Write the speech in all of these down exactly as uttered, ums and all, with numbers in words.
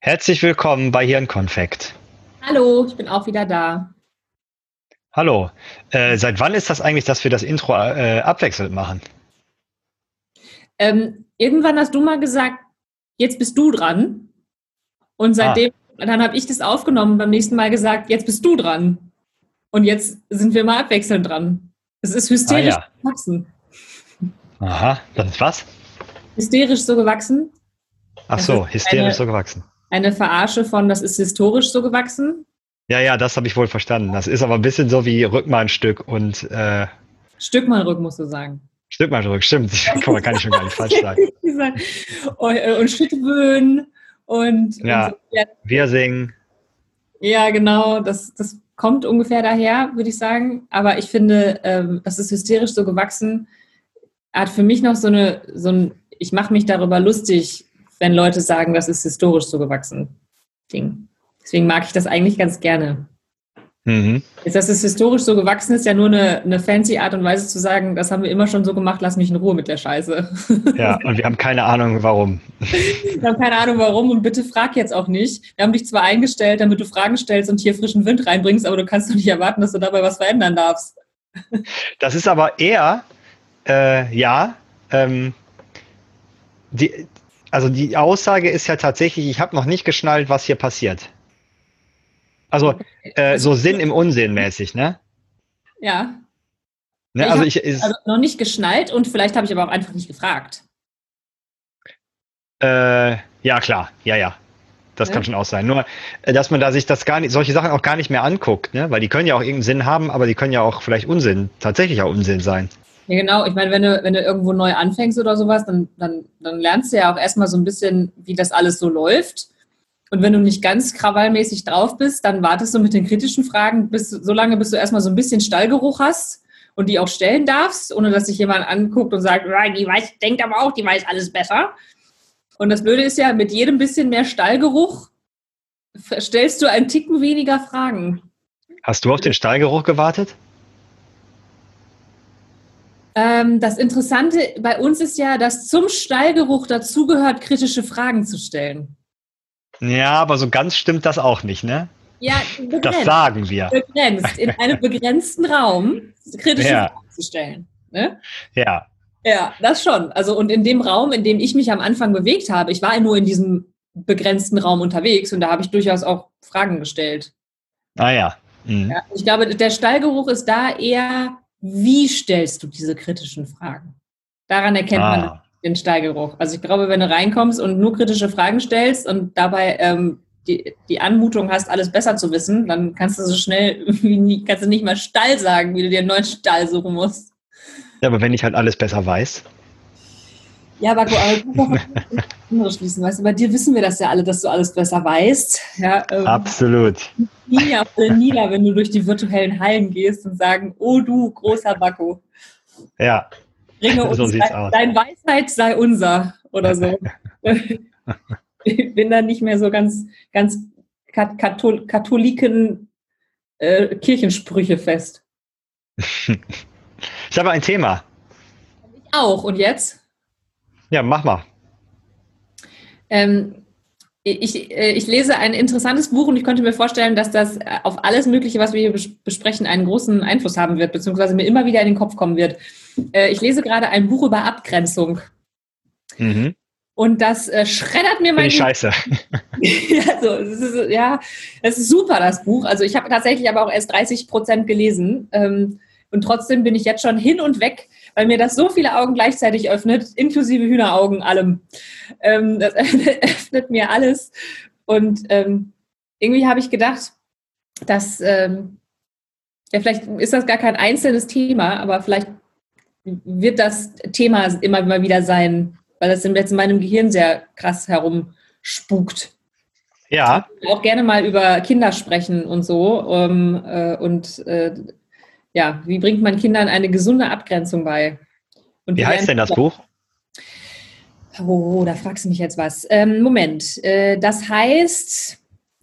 Herzlich willkommen bei Hirnkonfekt. Hallo, ich bin auch wieder da. Hallo. Äh, seit wann ist das eigentlich, dass wir das Intro äh, abwechselnd machen? Ähm, irgendwann hast du mal gesagt, jetzt bist du dran. Und Ah, seitdem, dann habe ich das aufgenommen und beim nächsten Mal gesagt, jetzt bist du dran. Und jetzt sind wir mal abwechselnd dran. Es ist ah hysterisch ja. gewachsen. Aha, das ist was? Hysterisch so gewachsen. Ach Das ist so, hysterisch eine, so gewachsen. eine Verarsche von, das ist historisch so gewachsen. Ja, ja, das habe ich wohl verstanden. Das ist aber ein bisschen so wie Rückmalstück und äh, Stück mal Rück, musst du sagen. Stück mal zurück. Stimmt, kann man kann ich schon gar nicht falsch sagen. und, äh, und Schüttewöhn und, und so. Ja, Ja, wir singen. ja, genau, das, das kommt ungefähr daher, würde ich sagen. Aber ich finde, ähm, das ist hysterisch so gewachsen, hat für mich noch so eine, so ein, ich mache mich darüber lustig, wenn Leute sagen, das ist historisch so gewachsen Ding. Deswegen mag ich das eigentlich ganz gerne. Mhm. Jetzt, dass es historisch so gewachsen ist, ja nur eine, eine fancy Art und Weise zu sagen, das haben wir immer schon so gemacht, lass mich in Ruhe mit der Scheiße. Ja, und wir haben keine Ahnung, warum. Wir haben keine Ahnung warum und bitte frag jetzt auch nicht. Wir haben dich zwar eingestellt, damit du Fragen stellst und hier frischen Wind reinbringst, aber du kannst doch nicht erwarten, dass du dabei was verändern darfst. Das ist aber eher, äh, ja, ähm, die, also die Aussage ist ja tatsächlich, ich habe noch nicht geschnallt, was hier passiert. Also äh, so Sinn im Unsinn mäßig, ne? Ja. ne? Ich Also habe ich also ist, noch nicht geschnallt und vielleicht habe ich aber auch einfach nicht gefragt. äh, ja klar, ja, ja. Das kann Ne? schon auch sein. Nur, äh, dass man da sich das gar nicht, solche Sachen auch gar nicht mehr anguckt, ne? Weil die können ja auch irgendeinen Sinn haben, aber die können ja auch vielleicht Unsinn, tatsächlicher Unsinn sein. Ja, genau. Ich meine, wenn du, wenn du irgendwo neu anfängst oder sowas, dann, dann, dann lernst du ja auch erstmal so ein bisschen, wie das alles so läuft. Und wenn du nicht ganz krawallmäßig drauf bist, dann wartest du mit den kritischen Fragen bis, so lange, bis du erstmal so ein bisschen Stallgeruch hast und die auch stellen darfst, ohne dass sich jemand anguckt und sagt, die weiß, denkt aber auch, die weiß alles besser. Und das Blöde ist ja, mit jedem bisschen mehr Stallgeruch stellst du einen Ticken weniger Fragen. Hast du auf den Stallgeruch gewartet? Ähm, das Interessante bei uns ist ja, dass zum Stallgeruch dazugehört, kritische Fragen zu stellen. Ja, aber so ganz stimmt das auch nicht, ne? Ja, Das begrenzt. sagen wir. Begrenzt. In einem begrenzten Raum kritische Ja, Fragen zu stellen. Ne? ja. Ja, das schon. Also, und in dem Raum, in dem ich mich am Anfang bewegt habe, ich war ja nur in diesem begrenzten Raum unterwegs und da habe ich durchaus auch Fragen gestellt. Ah ja. Mhm. Ja, ich glaube, der Stallgeruch ist da eher, wie stellst du diese kritischen Fragen? Daran erkennt man Ah. den Stallgeruch. Also ich glaube, wenn du reinkommst und nur kritische Fragen stellst und dabei ähm, die, die Anmutung hast, alles besser zu wissen, dann kannst du so schnell, irgendwie nie, kannst du nicht mal Stall sagen, wie du dir einen neuen Stall suchen musst. Ja, aber wenn ich halt alles besser weiß. Ja, aber du kannst doch andere schließen, weißt du, bei dir wissen wir das ja alle, dass du alles besser weißt. Ja, ähm, Absolut. knien ja alle nieder, wenn du durch die virtuellen Hallen gehst und sagen, oh du, großer Bakko, Ja, bringe so uns, sieht's dein, aus. dein Weisheit sei unser oder so. Ich bin da nicht mehr so ganz, ganz Kathol Katholiken äh, Kirchensprüche fest. Ich habe ein Thema. Ich auch. Und jetzt? Ja, mach mal. Ähm, ich, äh, ich lese ein interessantes Buch und ich könnte mir vorstellen, dass das auf alles Mögliche, was wir hier bes besprechen, einen großen Einfluss haben wird, beziehungsweise mir immer wieder in den Kopf kommen wird. Äh, ich lese gerade ein Buch über Abgrenzung. Mhm. Und das äh, schreddert mir Finde mein ich scheiße. ja, so, es ist, ja, es ist super, das Buch. Also ich habe tatsächlich aber auch erst dreißig Prozent gelesen. Ähm, und trotzdem bin ich jetzt schon hin und weg, weil mir das so viele Augen gleichzeitig öffnet, inklusive Hühneraugen, allem. Ähm, das öffnet mir alles. Und ähm, irgendwie habe ich gedacht, dass, ähm, ja, vielleicht ist das gar kein einzelnes Thema, aber vielleicht wird das Thema immer mal wieder sein, weil das jetzt in meinem Gehirn sehr krass herumspukt. Ja, Ich will auch gerne mal über Kinder sprechen und so. Ähm, äh, und äh, ja, wie bringt man Kindern eine gesunde Abgrenzung bei? Und wie wie heißt lernen denn das Buch? Oh, da fragst du mich jetzt was. Ähm, Moment, äh, das heißt,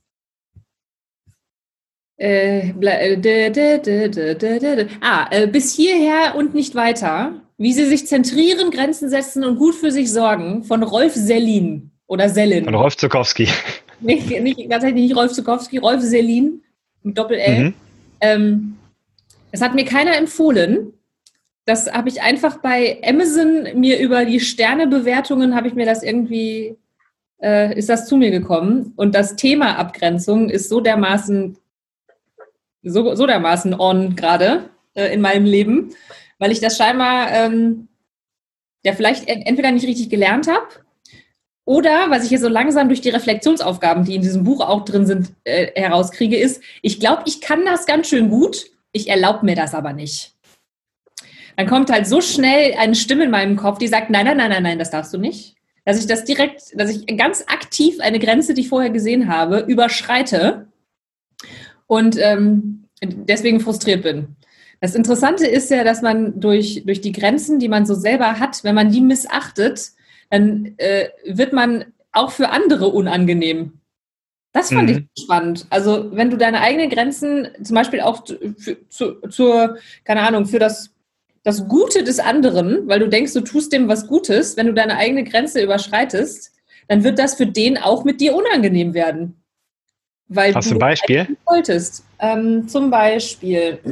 äh, bla- äh, d- d- d- d- d- d- d- ah, äh, bis hierher und nicht weiter. Wie sie sich zentrieren, Grenzen setzen und gut für sich sorgen, von Rolf Sellin oder Von Sellin. Rolf Zukowski. nicht, nicht, tatsächlich nicht Rolf Zukowski, Rolf Selin mit Doppel-L. Mhm. Ähm, das hat mir keiner empfohlen. Das habe ich einfach bei Amazon mir über die Sternebewertungen, habe ich mir das irgendwie, äh, ist das zu mir gekommen. Und das Thema Abgrenzung ist so dermaßen, so, so dermaßen on gerade äh, in meinem Leben, weil ich das scheinbar ähm, ja vielleicht entweder nicht richtig gelernt habe oder, was ich hier so langsam durch die Reflexionsaufgaben, die in diesem Buch auch drin sind, äh, herauskriege, ist, ich glaube, ich kann das ganz schön gut, ich erlaube mir das aber nicht. Dann kommt halt so schnell eine Stimme in meinem Kopf, die sagt, nein, nein, nein, nein, nein, das darfst du nicht. Dass ich das direkt, dass ich ganz aktiv eine Grenze, die ich vorher gesehen habe, überschreite und ähm, deswegen frustriert bin. Das Interessante ist ja, dass man durch, durch die Grenzen, die man so selber hat, wenn man die missachtet, dann äh, wird man auch für andere unangenehm. Das fand mhm. ich spannend. Also wenn du deine eigenen Grenzen zum Beispiel auch für, zu, zur, keine Ahnung, für das, das Gute des anderen, weil du denkst, du tust dem was Gutes, wenn du deine eigene Grenze überschreitest, dann wird das für den auch mit dir unangenehm werden. Weil Hast du ein Beispiel? Wolltest. Ähm, zum Beispiel...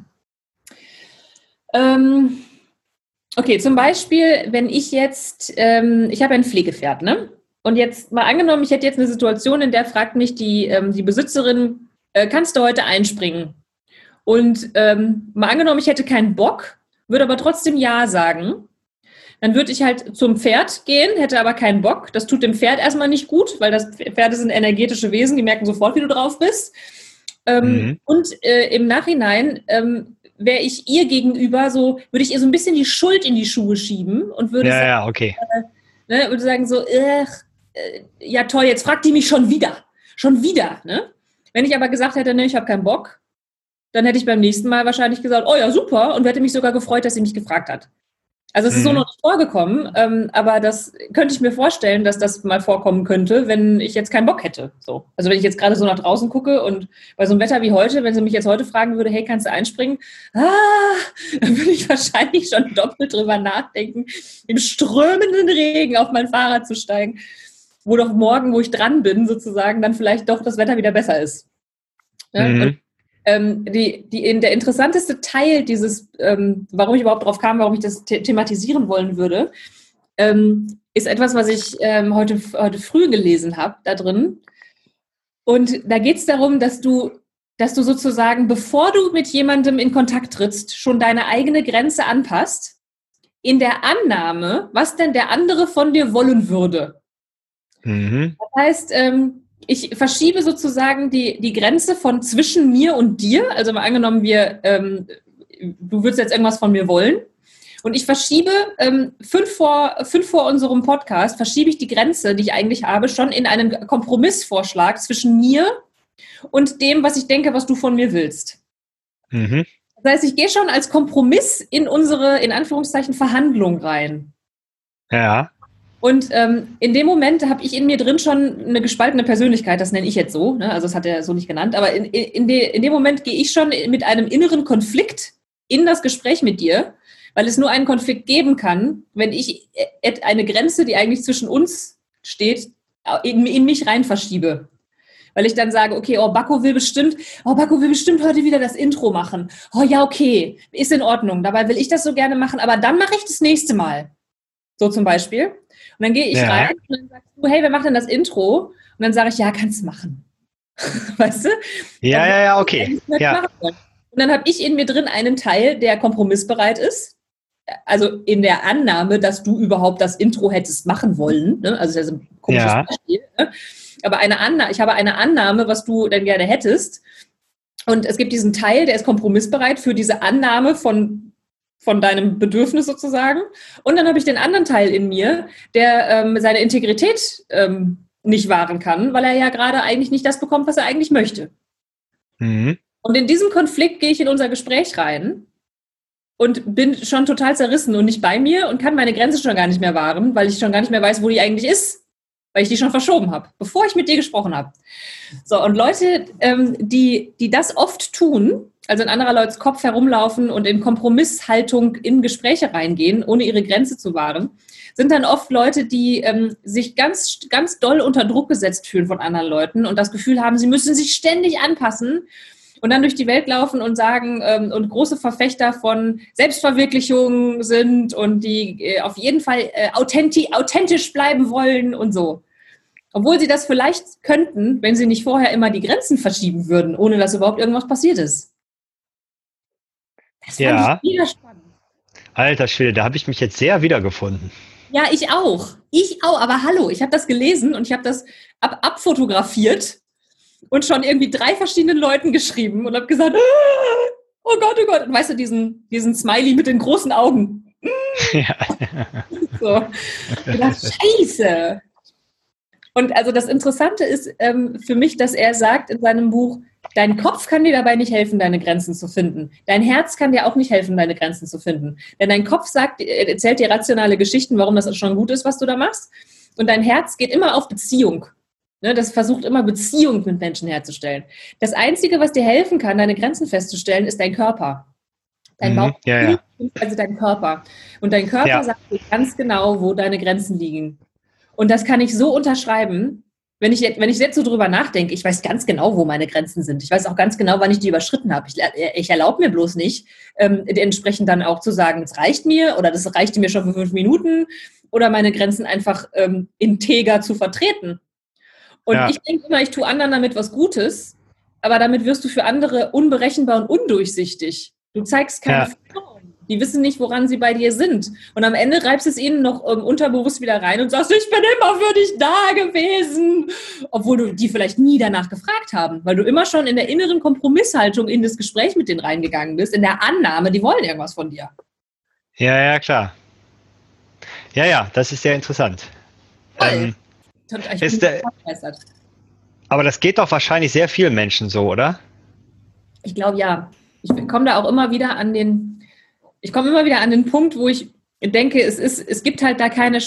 Ähm, okay, zum Beispiel, wenn ich jetzt, ähm, ich habe ein Pflegepferd, ne? Und jetzt mal angenommen, ich hätte jetzt eine Situation, in der fragt mich die, ähm, die Besitzerin, äh, kannst du heute einspringen? Und ähm, mal angenommen, ich hätte keinen Bock, würde aber trotzdem Ja sagen. Dann würde ich halt zum Pferd gehen, hätte aber keinen Bock. Das tut dem Pferd erstmal nicht gut, weil das Pferde sind energetische Wesen, die merken sofort, wie du drauf bist. Ähm, mhm. Und äh, im Nachhinein ähm, wäre ich ihr gegenüber so, würde ich ihr so ein bisschen die Schuld in die Schuhe schieben und würde ja, sagen, ja, okay. äh, ne, würde sagen so, äh, ja toll, jetzt fragt die mich schon wieder, schon wieder. Ne? Wenn ich aber gesagt hätte, ne, ich habe keinen Bock, dann hätte ich beim nächsten Mal wahrscheinlich gesagt, oh ja, super, und hätte mich sogar gefreut, dass sie mich gefragt hat. Also es ist mhm. so noch nicht vorgekommen, ähm, aber das könnte ich mir vorstellen, dass das mal vorkommen könnte, wenn ich jetzt keinen Bock hätte. So. Also wenn ich jetzt gerade so nach draußen gucke und bei so einem Wetter wie heute, wenn sie mich jetzt heute fragen würde, hey, kannst du einspringen? Ah, dann würde ich wahrscheinlich schon doppelt drüber nachdenken, im strömenden Regen auf mein Fahrrad zu steigen, wo doch morgen, wo ich dran bin, sozusagen, dann vielleicht doch das Wetter wieder besser ist. Ja? Mhm. Und Ähm, die, die, in der interessanteste Teil dieses, ähm, warum ich überhaupt drauf kam, warum ich das the- thematisieren wollen würde, ähm, ist etwas, was ich ähm, heute, heute früh gelesen habe, da drin. Und da geht es darum, dass du, dass du sozusagen, bevor du mit jemandem in Kontakt trittst, schon deine eigene Grenze anpasst, in der Annahme, was denn der andere von dir wollen würde. Mhm. Das heißt, ähm, ich verschiebe sozusagen die, die Grenze von zwischen mir und dir. Also mal angenommen, wir, ähm, du würdest jetzt irgendwas von mir wollen. Und ich verschiebe ähm, fünf, vor, fünf vor unserem Podcast, verschiebe ich die Grenze, die ich eigentlich habe, schon in einen Kompromissvorschlag zwischen mir und dem, was ich denke, was du von mir willst. Mhm. Das heißt, ich gehe schon als Kompromiss in unsere, in Anführungszeichen, Verhandlung rein. Ja. Und ähm, in dem Moment habe ich in mir drin schon eine gespaltene Persönlichkeit, das nenne ich jetzt so, ne? Also das hat er so nicht genannt, aber in, in, de, in dem Moment gehe ich schon mit einem inneren Konflikt in das Gespräch mit dir, weil es nur einen Konflikt geben kann, wenn ich eine Grenze, die eigentlich zwischen uns steht, in, in mich rein verschiebe. Weil ich dann sage, okay, oh, Bakko will bestimmt, oh, Bakko will bestimmt heute wieder das Intro machen. Oh ja, okay, ist in Ordnung, dabei will ich das so gerne machen, aber dann mache ich das nächste Mal. So zum Beispiel. Und dann gehe ich ja. rein und dann sagst du, hey, wer macht denn das Intro? Und dann sage ich, ja, kannst du machen. Weißt du? Ja, also, ja, ja, okay. Ja. Und dann habe ich in mir drin einen Teil, der kompromissbereit ist. Also in der Annahme, dass du überhaupt das Intro hättest machen wollen. Ne? Also das ist ein komisches ja. Beispiel. Ne? Aber eine Annahme, ich habe eine Annahme, was du denn gerne hättest. Und es gibt diesen Teil, der ist kompromissbereit für diese Annahme von von deinem Bedürfnis sozusagen. Und dann habe ich den anderen Teil in mir, der ähm, seine Integrität ähm, nicht wahren kann, weil er ja gerade eigentlich nicht das bekommt, was er eigentlich möchte. Mhm. Und in diesem Konflikt gehe ich in unser Gespräch rein und bin schon total zerrissen und nicht bei mir und kann meine Grenze schon gar nicht mehr wahren, weil ich schon gar nicht mehr weiß, wo die eigentlich ist, weil ich die schon verschoben habe, bevor ich mit dir gesprochen habe. So, und Leute, ähm, die, die das oft tun, also in anderer Leute's Kopf herumlaufen und in Kompromisshaltung in Gespräche reingehen, ohne ihre Grenze zu wahren, sind dann oft Leute, die ähm, sich ganz, ganz doll unter Druck gesetzt fühlen von anderen Leuten und das Gefühl haben, sie müssen sich ständig anpassen und dann durch die Welt laufen und sagen ähm, und große Verfechter von Selbstverwirklichung sind und die äh, auf jeden Fall äh, authentisch, authentisch bleiben wollen und so. Obwohl sie das vielleicht könnten, wenn sie nicht vorher immer die Grenzen verschieben würden, ohne dass überhaupt irgendwas passiert ist. Das fand Ja, ich mega spannend. alter Schwede, da habe ich mich jetzt sehr wiedergefunden. Ja, ich auch. Ich auch. Aber hallo, ich habe das gelesen und ich habe das ab, abfotografiert und schon irgendwie drei verschiedenen Leuten geschrieben und habe gesagt, ah, oh Gott, oh Gott. Und weißt du, diesen, diesen Smiley mit den großen Augen. Ja. So. Ich dachte, Scheiße. Und also das Interessante ist ähm, für mich, dass er sagt in seinem Buch, dein Kopf kann dir dabei nicht helfen, deine Grenzen zu finden. Dein Herz kann dir auch nicht helfen, deine Grenzen zu finden. Denn dein Kopf sagt, erzählt dir rationale Geschichten, warum das schon gut ist, was du da machst. Und dein Herz geht immer auf Beziehung. Ne, das versucht immer Beziehung mit Menschen herzustellen. Das Einzige, was dir helfen kann, deine Grenzen festzustellen, ist dein Körper. Dein Mhm, Bauch, ja, ja. also dein Körper. Und dein Körper Ja. sagt dir ganz genau, wo deine Grenzen liegen. Und das kann ich so unterschreiben, wenn ich, wenn ich jetzt so drüber nachdenke, ich weiß ganz genau, wo meine Grenzen sind. Ich weiß auch ganz genau, wann ich die überschritten habe. Ich, ich erlaube mir bloß nicht, ähm, entsprechend dann auch zu sagen, es reicht mir oder das reichte mir schon für fünf Minuten oder meine Grenzen einfach ähm, integer zu vertreten. Und Ja. ich denke immer, ich tue anderen damit was Gutes, aber damit wirst du für andere unberechenbar und undurchsichtig. Du zeigst keine Ja. Vertrauen. Die wissen nicht, woran sie bei dir sind. Und am Ende reibst es ihnen noch ähm, unterbewusst wieder rein und sagst, ich bin immer für dich da gewesen. Obwohl du die vielleicht nie danach gefragt haben, weil du immer schon in der inneren Kompromisshaltung in das Gespräch mit denen reingegangen bist, in der Annahme, die wollen irgendwas von dir. Ja, ja, klar. Ja, ja, das ist sehr interessant. Ähm, Ich ist bin der, begeistert. aber das geht doch wahrscheinlich sehr vielen Menschen so, oder? Ich glaube, ja. Ich komme da auch immer wieder an den, ich komme immer wieder an den Punkt, wo ich denke, es ist, es gibt halt da keine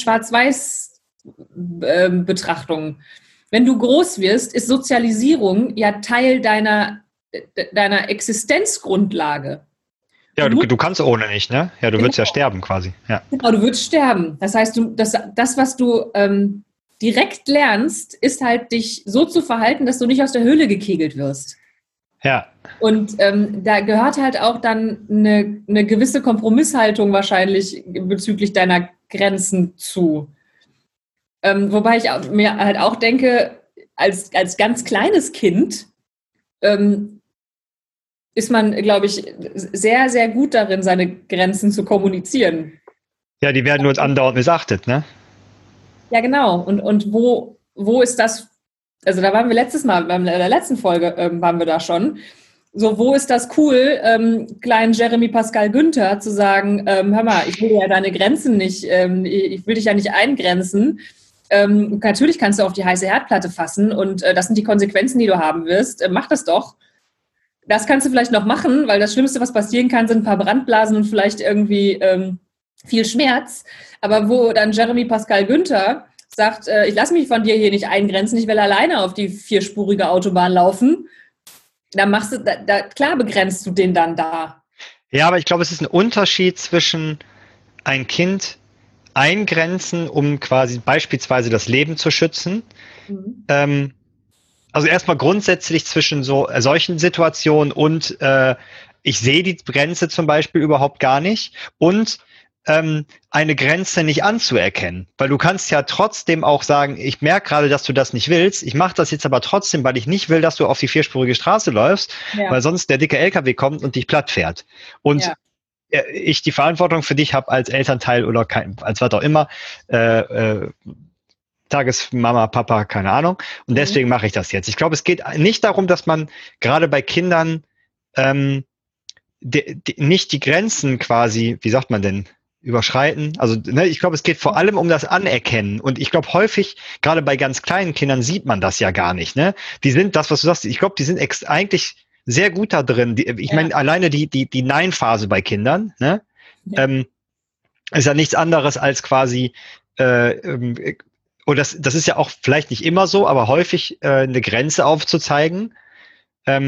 Schwarz-Weiß-Betrachtung. Wenn du groß wirst, ist Sozialisierung ja Teil deiner, deiner Existenzgrundlage. Ja, Du du, musst- du kannst ohne nicht, ne? Ja, du würdest ja Genau. sterben quasi. Ja. Genau, du würdest sterben. Das heißt, du, das, das, was du ähm, direkt lernst, ist halt, dich so zu verhalten, dass du nicht aus der Höhle gekegelt wirst. Ja. Und ähm, da gehört halt auch dann eine, eine gewisse Kompromisshaltung wahrscheinlich bezüglich deiner Grenzen zu. Ähm, wobei ich auch, mir halt auch denke, als, als ganz kleines Kind ähm, ist man, glaube ich, sehr, sehr gut darin, seine Grenzen zu kommunizieren. Ja, die werden uns andauernd missachtet, ne? Ja, genau. Und, und wo, wo ist das? Also da waren wir letztes Mal, bei der letzten Folge ähm, waren wir da schon. So, wo ist das cool, ähm, kleinen Jeremy Pascal Günther zu sagen, ähm, hör mal, ich will ja deine Grenzen nicht, ähm, ich will dich ja nicht eingrenzen. Ähm, natürlich kannst du auf die heiße Herdplatte fassen und äh, das sind die Konsequenzen, die du haben wirst. Äh, mach das doch. Das kannst du vielleicht noch machen, weil das Schlimmste, was passieren kann, sind ein paar Brandblasen und vielleicht irgendwie ähm, viel Schmerz. Aber wo dann Jeremy Pascal Günther sagt, äh, ich lasse mich von dir hier nicht eingrenzen, ich will alleine auf die vierspurige Autobahn laufen, dann machst du, da, da, klar begrenzt du den dann da. Ja, aber ich glaube, es ist ein Unterschied zwischen ein Kind eingrenzen, um quasi beispielsweise das Leben zu schützen. Mhm. Ähm, also erstmal grundsätzlich zwischen so äh, solchen Situationen und äh, ich sehe die Grenze zum Beispiel überhaupt gar nicht und ähm, eine Grenze nicht anzuerkennen. Weil du kannst ja trotzdem auch sagen, ich merke gerade, dass du das nicht willst, ich mache das jetzt aber trotzdem, weil ich nicht will, dass du auf die vierspurige Straße läufst, Ja. weil sonst der dicke L K W kommt und dich platt fährt. Und Ja. ich die Verantwortung für dich habe als Elternteil oder kein, als was auch immer, äh, äh, Tagesmama, Papa, keine Ahnung. Und deswegen Mhm. mache ich das jetzt. Ich glaube, es geht nicht darum, dass man gerade bei Kindern ähm, die, die, nicht die Grenzen quasi, wie sagt man denn, überschreiten. Also ne, ich glaube, es geht vor allem um das Anerkennen. Und ich glaube, häufig, gerade bei ganz kleinen Kindern, sieht man das ja gar nicht. Ne? Die sind, das, was du sagst, ich glaube, die sind ex eigentlich sehr gut da drin. Die, ich Ja. meine, alleine die, die, die Nein-Phase bei Kindern, ne? Ja. Ähm, ist ja nichts anderes als quasi, äh, ähm, und das, das ist ja auch vielleicht nicht immer so, aber häufig äh, eine Grenze aufzuzeigen, ähm,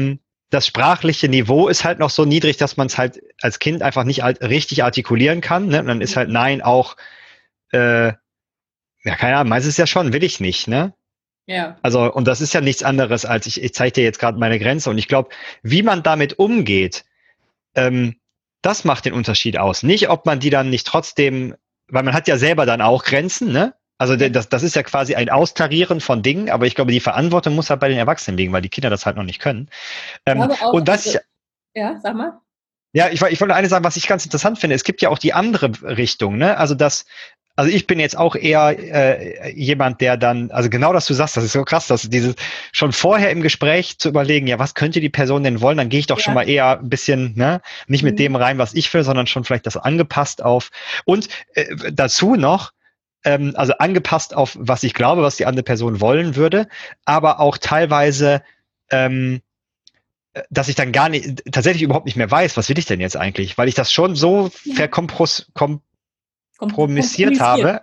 das sprachliche Niveau ist halt noch so niedrig, dass man es halt als Kind einfach nicht alt, richtig artikulieren kann. Ne? Und dann ist halt Nein auch, äh, ja, keine Ahnung, meistens ist ja schon, will ich nicht, ne? Ja. Also, und das ist ja nichts anderes als, ich, ich zeige dir jetzt gerade meine Grenze. Und ich glaube, wie man damit umgeht, ähm, das macht den Unterschied aus. Nicht, ob man die dann nicht trotzdem, weil man hat ja selber dann auch Grenzen, ne? Also das, das ist ja quasi ein Austarieren von Dingen, aber ich glaube, die Verantwortung muss halt bei den Erwachsenen liegen, weil die Kinder das halt noch nicht können. Ähm, auch, und was also, ich, ja, sag mal. ja, ich, ich wollte eine sagen, was ich ganz interessant finde. Es gibt ja auch die andere Richtung, ne? Also das, also ich bin jetzt auch eher äh, jemand, der dann, also genau das du sagst, das ist so krass, dass dieses schon vorher im Gespräch zu überlegen, ja, was könnte die Person denn wollen, dann gehe ich doch ja. schon mal eher ein bisschen, ne, nicht mit mhm. dem rein, was ich will, sondern schon vielleicht das angepasst auf. Und äh, dazu noch, ähm, also angepasst auf, was ich glaube, was die andere Person wollen würde, aber auch teilweise, ähm, dass ich dann gar nicht, tatsächlich überhaupt nicht mehr weiß, was will ich denn jetzt eigentlich, weil ich das schon so ja. verkompros, kom kompromissiert habe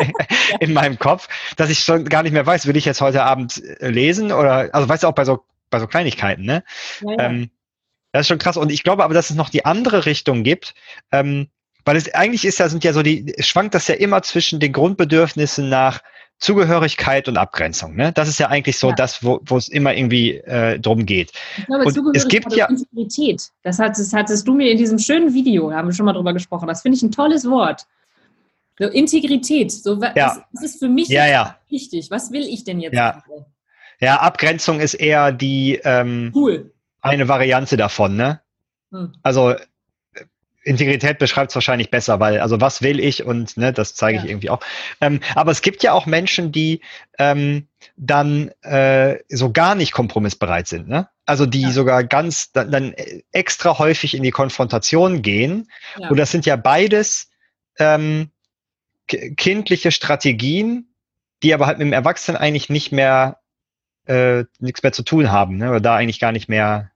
in meinem Kopf, dass ich schon gar nicht mehr weiß, will ich jetzt heute Abend lesen oder, also weißt du, auch bei so, bei so Kleinigkeiten, ne? Ja, ja. Ähm, das ist schon krass. Und ich glaube aber, dass es noch die andere Richtung gibt, ähm, weil es eigentlich ist ja, sind ja so die, schwankt das ja immer zwischen den Grundbedürfnissen nach Zugehörigkeit und Abgrenzung, ne? Das ist ja eigentlich so ja. das, wo, wo es immer irgendwie äh, drum geht. Ich glaube, und Zugehörigkeit es gibt und ja Integrität. Das, hat, das hattest du mir in diesem schönen Video, da haben wir schon mal drüber gesprochen. Das finde ich ein tolles Wort. So Integrität. So, was, ja. was ist für mich ja, ja. wichtig? Was will ich denn jetzt? Ja, ja Abgrenzung ist eher die ähm, cool. eine Variante davon, ne? Hm. Also Integrität beschreibt es wahrscheinlich besser, weil, also was will ich und ne, das zeige ja. ich irgendwie auch. Ähm, aber es gibt ja auch Menschen, die ähm, dann äh, so gar nicht kompromissbereit sind, ne? Also die ja. sogar ganz dann, dann extra häufig in die Konfrontation gehen. Ja. Und das sind ja beides ähm, kindliche Strategien, die aber halt mit dem Erwachsenen eigentlich nicht mehr äh, nichts mehr zu tun haben, ne? Oder da eigentlich gar nicht mehr.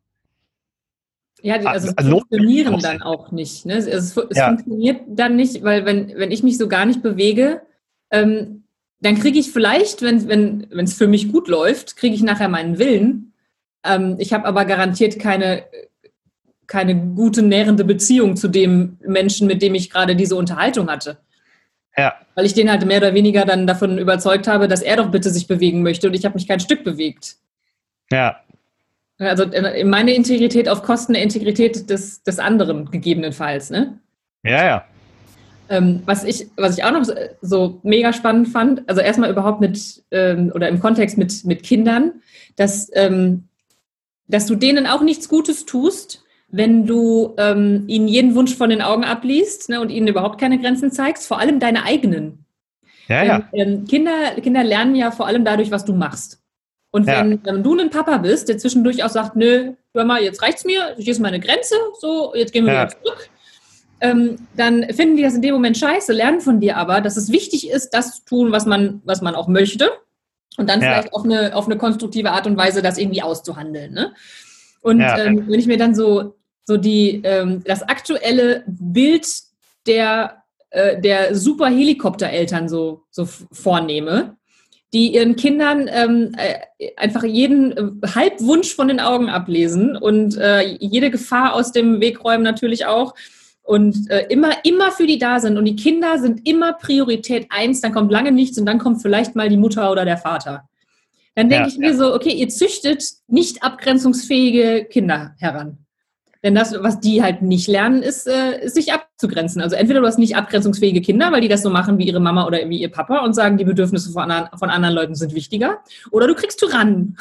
Ja, also es funktionieren dann auch nicht. Ne? Es, es ja. funktioniert dann nicht, weil wenn, wenn ich mich so gar nicht bewege, ähm, dann kriege ich vielleicht, wenn wenn wenn es für mich gut läuft, kriege ich nachher meinen Willen. Ähm, ich habe aber garantiert keine keine gute, nährende Beziehung zu dem Menschen, mit dem ich gerade diese Unterhaltung hatte. Ja. Weil ich den halt mehr oder weniger dann davon überzeugt habe, dass er doch bitte sich bewegen möchte und ich habe mich kein Stück bewegt. Ja. Also meine Integrität auf Kosten der Integrität des, des anderen gegebenenfalls, ne? Ja, ja. Ähm, was ich, was ich auch noch so, so mega spannend fand, also erstmal überhaupt mit, ähm, oder im Kontext mit, mit Kindern, dass, ähm, dass du denen auch nichts Gutes tust, wenn du ähm, ihnen jeden Wunsch von den Augen abliest, ne, und ihnen überhaupt keine Grenzen zeigst, vor allem deine eigenen. Ja, ja. Ähm, Kinder, Kinder lernen ja vor allem dadurch, was du machst. Und wenn, ja. wenn du ein Papa bist, der zwischendurch auch sagt, nö, hör mal, jetzt reicht's mir, hier ist meine Grenze, so, jetzt gehen wir ja. wieder zurück, ähm, dann finden die das in dem Moment scheiße, lernen von dir aber, dass es wichtig ist, das zu tun, was man, was man auch möchte und dann ja. vielleicht auf eine, auf eine konstruktive Art und Weise das irgendwie auszuhandeln. Ne? Und ja. ähm, wenn ich mir dann so, so die, ähm, das aktuelle Bild der, äh, der super Helikoptereltern so, so vornehme, die ihren Kindern ähm, äh, einfach jeden äh, Halbwunsch von den Augen ablesen und äh, jede Gefahr aus dem Weg räumen natürlich auch und äh, immer, immer für die da sind. Und die Kinder sind immer Priorität eins, dann kommt lange nichts und dann kommt vielleicht mal die Mutter oder der Vater. Dann denke ja, ich mir ja. so, okay, ihr züchtet nicht abgrenzungsfähige Kinder heran. Denn das, was die halt nicht lernen, ist, äh, ist sich abzugrenzen. Also entweder du hast nicht abgrenzungsfähige Kinder, weil die das so machen wie ihre Mama oder wie ihr Papa und sagen, die Bedürfnisse von anderen, von anderen Leuten sind wichtiger. Oder du kriegst Tyrannen,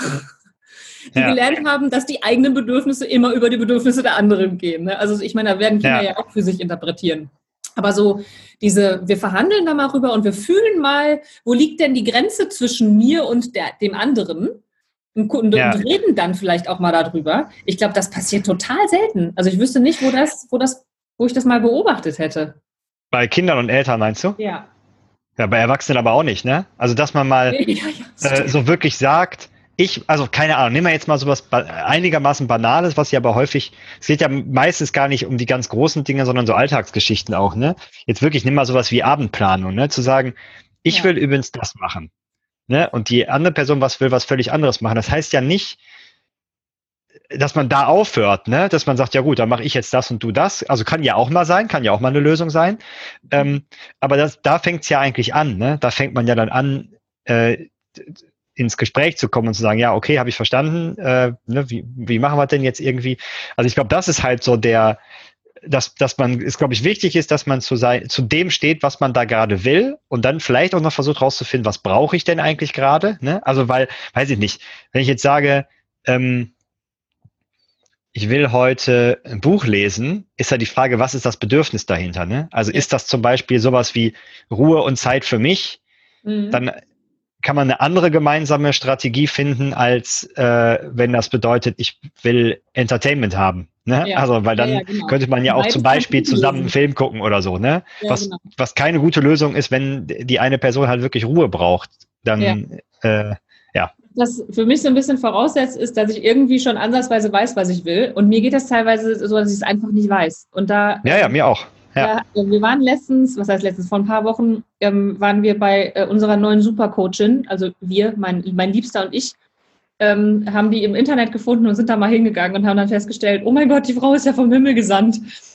die ja. gelernt haben, dass die eigenen Bedürfnisse immer über die Bedürfnisse der anderen gehen. Ne? Also ich meine, da werden Kinder ja. ja auch für sich interpretieren. Aber so diese, wir verhandeln da mal rüber und wir fühlen mal, wo liegt denn die Grenze zwischen mir und der, dem anderen? Und, und, ja. und reden dann vielleicht auch mal darüber. Ich glaube, das passiert total selten. Also ich wüsste nicht, wo das, wo das, wo ich das mal beobachtet hätte. Bei Kindern und Eltern meinst du? Ja. Ja, bei Erwachsenen aber auch nicht, ne? Also dass man mal ja, ja, äh, so wirklich sagt, ich, also keine Ahnung, nehmen wir jetzt mal sowas ba- einigermaßen Banales, was ja aber häufig, es geht ja meistens gar nicht um die ganz großen Dinge, sondern so Alltagsgeschichten auch, ne? Jetzt wirklich, nimm mal sowas wie Abendplanung, ne? Zu sagen, ich ja. will übrigens das machen. Ne? Und die andere Person was will, was völlig anderes machen. Das heißt ja nicht, dass man da aufhört, ne? Dass man sagt, ja gut, dann mache ich jetzt das und du das. Also kann ja auch mal sein, kann ja auch mal eine Lösung sein. Ähm, aber das, da fängt es ja eigentlich an, ne? Da fängt man ja dann an, äh, ins Gespräch zu kommen und zu sagen, ja, okay, habe ich verstanden, äh, ne, wie, wie machen wir denn jetzt irgendwie? Also ich glaube, das ist halt so der, dass, dass man, es glaube ich wichtig ist, dass man zu sein, zu dem steht, was man da gerade will und dann vielleicht auch noch versucht rauszufinden, was brauche ich denn eigentlich gerade, ne? Also weil, weiß ich nicht, wenn ich jetzt sage, ähm, ich will heute ein Buch lesen, ist ja die Frage, was ist das Bedürfnis dahinter, ne? Also Ja. ist das zum Beispiel sowas wie Ruhe und Zeit für mich? Mhm. Dann kann man eine andere gemeinsame Strategie finden, als äh, wenn das bedeutet, ich will Entertainment haben. Ne? Ja. Also, weil dann ja, ja, genau. könnte man ja auch Beides zum Beispiel zusammen lesen. einen Film gucken oder so, ne? Ja, was, genau. was keine gute Lösung ist, wenn die eine Person halt wirklich Ruhe braucht. Dann, ja. Äh, ja. Was für mich so ein bisschen voraussetzt, ist, dass ich irgendwie schon ansatzweise weiß, was ich will. Und mir geht das teilweise so, dass ich es einfach nicht weiß. Und da, ja, ja, mir auch. Ja. ja, wir waren letztens, was heißt letztens, vor ein paar Wochen, ähm, waren wir bei äh, unserer neuen Supercoachin, also wir, mein, mein Liebster und ich, ähm, haben die im Internet gefunden und sind da mal hingegangen und haben dann festgestellt, oh mein Gott, die Frau ist ja vom Himmel gesandt.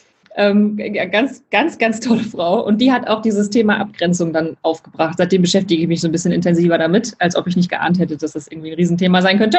Ähm, ganz, ganz, ganz tolle Frau. Und die hat auch dieses Thema Abgrenzung dann aufgebracht. Seitdem beschäftige ich mich so ein bisschen intensiver damit, als ob ich nicht geahnt hätte, dass das irgendwie ein Riesenthema sein könnte.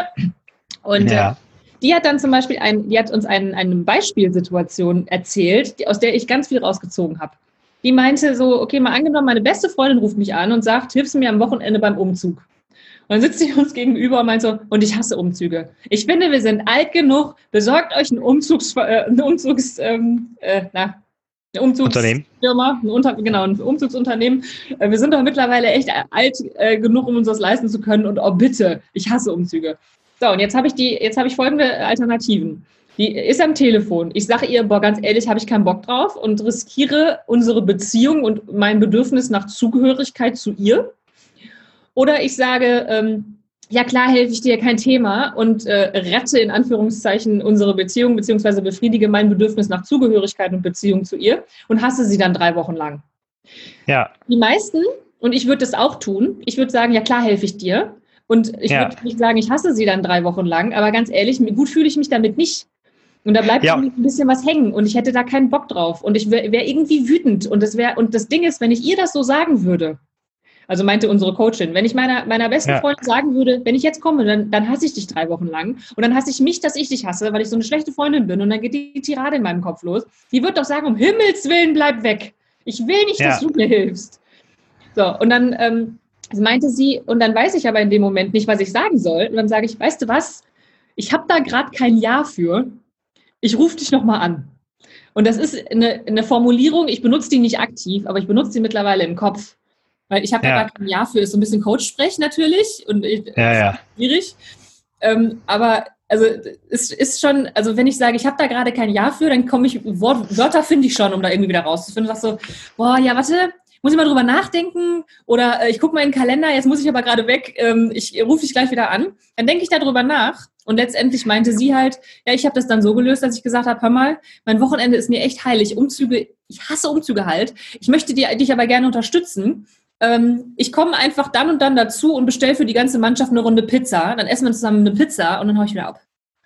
Und ja. äh, die hat dann zum Beispiel, ein, die hat uns ein, eine Beispielsituation erzählt, die, aus der ich ganz viel rausgezogen habe. Die meinte so, okay, mal angenommen, meine beste Freundin ruft mich an und sagt, hilfst du mir am Wochenende beim Umzug? Und dann sitzt sie uns gegenüber und meint so, und ich hasse Umzüge. Ich finde, wir sind alt genug, besorgt euch ein Umzugs, äh, ein Umzugs, ähm, äh, na, eine Umzugsfirma, ein Unter, genau, ein Umzugsunternehmen. Äh, wir sind doch mittlerweile echt alt äh, genug, um uns das leisten zu können. Und oh bitte, ich hasse Umzüge. So, und jetzt habe ich die, jetzt habe ich folgende Alternativen. Die ist am Telefon. Ich sage ihr, boah, ganz ehrlich, habe ich keinen Bock drauf und riskiere unsere Beziehung und mein Bedürfnis nach Zugehörigkeit zu ihr. Oder ich sage, ähm, ja klar, helfe ich dir, kein Thema und äh, rette in Anführungszeichen unsere Beziehung beziehungsweise befriedige mein Bedürfnis nach Zugehörigkeit und Beziehung zu ihr und hasse sie dann drei Wochen lang. Ja. Die meisten, und ich würde das auch tun, ich würde sagen, ja klar, helfe ich dir. Und ich ja. würde nicht sagen, ich hasse sie dann drei Wochen lang, aber ganz ehrlich, gut fühle ich mich damit nicht. Und da bleibt ja. ein bisschen was hängen und ich hätte da keinen Bock drauf und ich wäre wär irgendwie wütend. Und das, wär, und das Ding ist, wenn ich ihr das so sagen würde, also meinte unsere Coachin, wenn ich meiner, meiner besten ja. Freundin sagen würde, wenn ich jetzt komme, dann, dann hasse ich dich drei Wochen lang und dann hasse ich mich, dass ich dich hasse, weil ich so eine schlechte Freundin bin und dann geht die Tirade in meinem Kopf los. Die wird doch sagen, um Himmels Willen, bleib weg. Ich will nicht, ja. dass du mir hilfst. So, und dann ähm, meinte sie, und dann weiß ich aber in dem Moment nicht, was ich sagen soll. Und dann sage ich, weißt du was, ich habe da gerade kein Ja für. Ich rufe dich nochmal an. Und das ist eine, eine Formulierung, ich benutze die nicht aktiv, aber ich benutze die mittlerweile im Kopf. Weil ich habe ja. da gar kein Ja für, ist so ein bisschen Coach-Sprech natürlich und ich, ja, ja. ist schwierig. Ähm, aber also es ist schon, also wenn ich sage, ich habe da gerade kein Ja für, dann komme ich, Wort, Wörter finde ich schon, um da irgendwie wieder rauszufinden. Ich sage so, boah, ja, warte, muss ich mal drüber nachdenken oder äh, ich gucke mal in den Kalender, jetzt muss ich aber gerade weg, ähm, ich rufe dich gleich wieder an. Dann denke ich da drüber nach und letztendlich meinte sie halt, ja, ich habe das dann so gelöst, dass ich gesagt habe, hör mal, mein Wochenende ist mir echt heilig, Umzüge, ich hasse Umzüge halt, ich möchte die, dich aber gerne unterstützen. Ähm, ich komme einfach dann und dann dazu und bestelle für die ganze Mannschaft eine Runde Pizza, dann essen wir zusammen eine Pizza und dann hau ich wieder ab.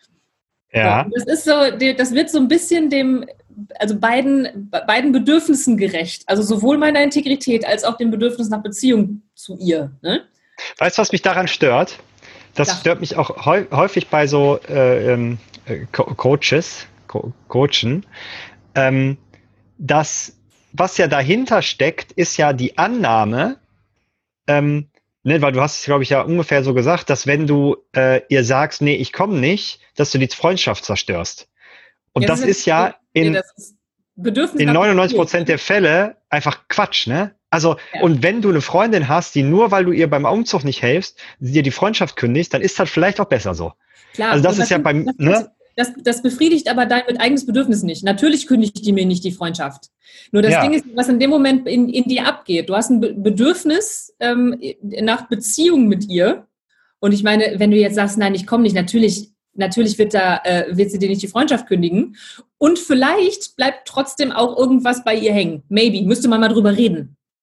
Ja. So, das ist so, das wird so ein bisschen dem, also beiden, beiden Bedürfnissen gerecht. Also sowohl meiner Integrität als auch dem Bedürfnis nach Beziehung zu ihr. Ne? Weißt du, was mich daran stört? Das ja. stört mich auch häufig bei so äh, ähm, Co- Coaches, Co- Coachen, ähm, dass was ja dahinter steckt, ist ja die Annahme, ähm, ne, weil du hast es, glaube ich, ja ungefähr so gesagt, dass wenn du äh, ihr sagst, nee, ich komme nicht, dass du die Freundschaft zerstörst. Und ja, das, das ist, ist ja in, nee, ist in neunundneunzig Prozent der Fälle einfach Quatsch, ne? Also, ja. Und wenn du eine Freundin hast, die nur, weil du ihr beim Umzug nicht hilfst, dir die Freundschaft kündigst, dann ist das vielleicht auch besser so. Klar, also das ist ja beim, das, ne? Das, das befriedigt aber dein mit eigenes Bedürfnis nicht. Natürlich kündigt die mir nicht die Freundschaft. Nur das ja. Ding ist, was in dem Moment in, in dir abgeht. Du hast ein Be- Bedürfnis ähm, nach Beziehung mit ihr. Und ich meine, wenn du jetzt sagst, nein, ich komme nicht, natürlich, natürlich wird, da, äh, wird sie dir nicht die Freundschaft kündigen. Und vielleicht bleibt trotzdem auch irgendwas bei ihr hängen. Maybe, müsste man mal drüber reden.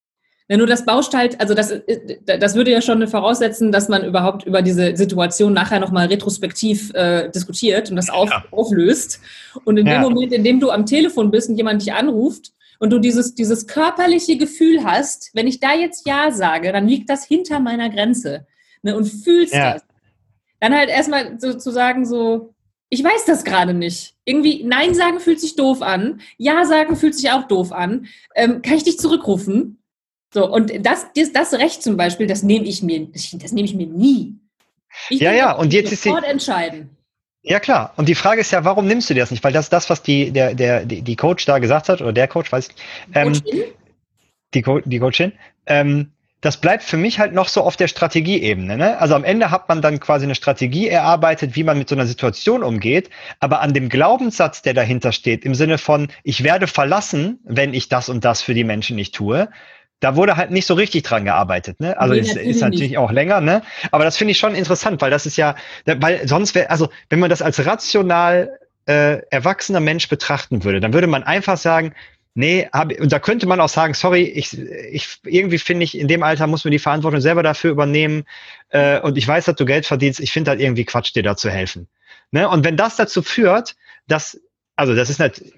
Ja, nur das bauscht halt, also das, das würde ja schon voraussetzen, dass man überhaupt über diese Situation nachher nochmal retrospektiv äh, diskutiert und das auf, Ja. auflöst. Und in Ja. dem Moment, in dem du am Telefon bist und jemand dich anruft und du dieses, dieses körperliche Gefühl hast, wenn ich da jetzt Ja sage, dann liegt das hinter meiner Grenze, ne, und fühlst Ja. das. Dann halt erstmal so zu sagen, so, ich weiß das gerade nicht. Irgendwie Nein sagen fühlt sich doof an, Ja sagen fühlt sich auch doof an. Ähm, kann ich dich zurückrufen? So, und das, das, das Recht zum Beispiel, das nehme ich mir, das nehme ich mir nie. Ich Ja, denke, ja, und ich jetzt ist sie. sofort entscheiden. Ja, klar. Und die Frage ist ja, warum nimmst du dir das nicht? Weil das ist das, was die, der, der, die, die Coach da gesagt hat, oder der Coach, weiß ich nicht. Ähm, Coachin? die, Co die Coachin. Ähm, das bleibt für mich halt noch so auf der Strategieebene. Ne? Also am Ende hat man dann quasi eine Strategie erarbeitet, wie man mit so einer Situation umgeht. Aber an dem Glaubenssatz, der dahinter steht, im Sinne von, ich werde verlassen, wenn ich das und das für die Menschen nicht tue, da wurde halt nicht so richtig dran gearbeitet, ne? Also Nee, es natürlich ist natürlich nicht. auch länger, ne? Aber das finde ich schon interessant, weil das ist ja, weil sonst wäre, also wenn man das als rational äh, erwachsener Mensch betrachten würde, dann würde man einfach sagen, nee, hab, und da könnte man auch sagen, sorry, ich, ich irgendwie finde ich, in dem Alter muss man die Verantwortung selber dafür übernehmen äh, und ich weiß, dass du Geld verdienst, ich finde halt irgendwie Quatsch, dir da zu helfen. Ne? Und wenn das dazu führt, dass, also das ist nicht,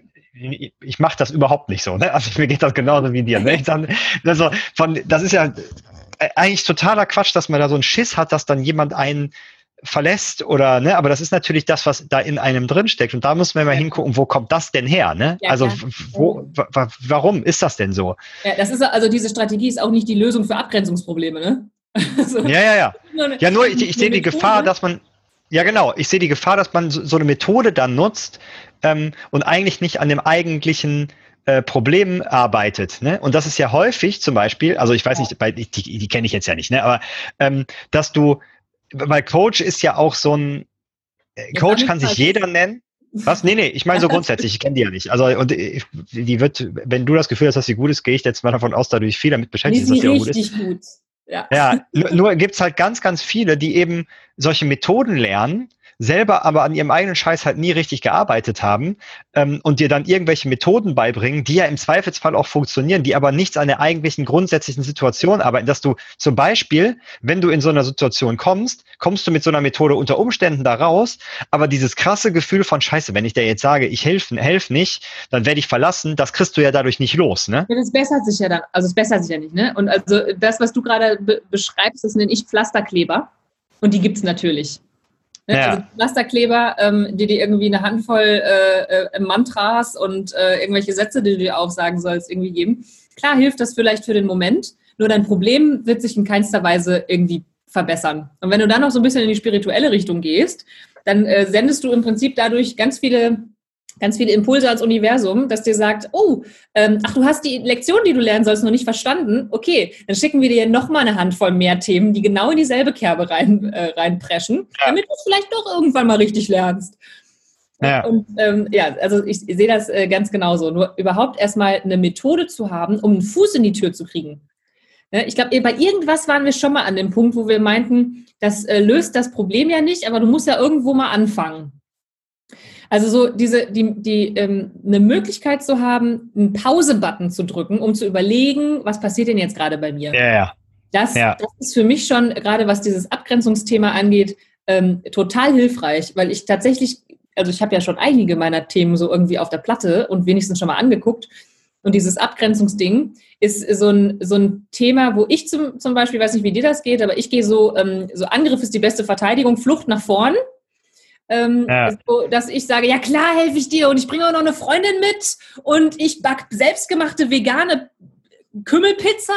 ich mache das überhaupt nicht so, ne? Also mir geht das genauso wie dir. Ne? Ich sag, also von, das ist ja eigentlich totaler Quatsch, dass man da so einen Schiss hat, dass dann jemand einen verlässt oder, ne, aber das ist natürlich das, was da in einem drinsteckt. Und da muss man mal Ja, hingucken, wo kommt das denn her, ne? ja, Also, klar. wo, wa, warum ist das denn so? Ja, das ist also diese Strategie ist auch nicht die Lösung für Abgrenzungsprobleme, ne? Also, Ja, ja, ja. nur eine, Ja, nur ich, ich eine sehe die Gefahr, Methode. dass man, ja genau, ich sehe die Gefahr, dass man so, so eine Methode dann nutzt ähm, und eigentlich nicht an dem eigentlichen äh, Problem arbeitet. Ne? Und das ist ja häufig zum Beispiel, also ich weiß Ja. nicht, bei, die, die kenne ich jetzt ja nicht, ne? Aber ähm, dass du, weil Coach ist ja auch so ein, äh, Jetzt sag Coach nichts kann sich Falsches. jeder nennen. Was? Nee, nee, ich meine so grundsätzlich, ich kenne die ja nicht. Also, und ich, die wird, wenn du das Gefühl hast, dass sie gut ist, gehe ich jetzt mal davon aus, da du dich viel damit Dann beschäftigst, ist dass sie sie auch gut ist. richtig gut. Ja. Ja, nur, nur gibt's halt ganz, ganz viele, die eben solche Methoden lernen, selber aber an ihrem eigenen Scheiß halt nie richtig gearbeitet haben ähm, und dir dann irgendwelche Methoden beibringen, die ja im Zweifelsfall auch funktionieren, die aber nichts an der eigentlichen grundsätzlichen Situation arbeiten, dass du zum Beispiel, wenn du in so einer Situation kommst, kommst du mit so einer Methode unter Umständen da raus, aber dieses krasse Gefühl von Scheiße, wenn ich dir jetzt sage, ich helfe helf nicht, dann werde ich verlassen, das kriegst du ja dadurch nicht los, ne? Ja, das bessert sich ja dann, also es bessert sich ja nicht, ne? Und also das, was du gerade be beschreibst, das nenne ich Pflasterkleber. Und die gibt es natürlich. Ne? Ja. Also Pflasterkleber, ähm, die dir irgendwie eine Handvoll äh, äh, Mantras und äh, irgendwelche Sätze, die du dir aufsagen sollst, irgendwie geben. Klar hilft das vielleicht für den Moment, nur dein Problem wird sich in keinster Weise irgendwie verbessern. Und wenn du dann noch so ein bisschen in die spirituelle Richtung gehst, dann äh, sendest du im Prinzip dadurch ganz viele ganz viele Impulse ans Universum, das dir sagt, oh, ähm, ach, du hast die Lektion, die du lernen sollst, noch nicht verstanden. Okay, dann schicken wir dir nochmal eine Handvoll mehr Themen, die genau in dieselbe Kerbe rein, äh, reinpreschen, Ja. damit du es vielleicht doch irgendwann mal richtig lernst. Ja. Und ähm, ja, also ich, ich sehe das äh, ganz genauso. Nur überhaupt erstmal eine Methode zu haben, um einen Fuß in die Tür zu kriegen. Ne? Ich glaube, bei irgendwas waren wir schon mal an dem Punkt, wo wir meinten, das äh, löst das Problem ja nicht, aber du musst ja irgendwo mal anfangen. Also so diese, die, die, ähm, eine Möglichkeit zu haben, einen Pause-Button zu drücken, um zu überlegen, was passiert denn jetzt gerade bei mir? Ja, ja. Das, Ja. das ist für mich schon, gerade was dieses Abgrenzungsthema angeht, ähm, total hilfreich, weil ich tatsächlich, also ich habe ja schon einige meiner Themen so irgendwie auf der Platte und wenigstens schon mal angeguckt. Und dieses Abgrenzungsding ist so ein, so ein Thema, wo ich zum, zum Beispiel, weiß nicht, wie dir das geht, aber ich gehe so, ähm, so Angriff ist die beste Verteidigung, Flucht nach vorn. Ähm, Ja. so, dass ich sage, ja klar, helfe ich dir und ich bringe auch noch eine Freundin mit und ich backe selbstgemachte vegane Kümmelpizza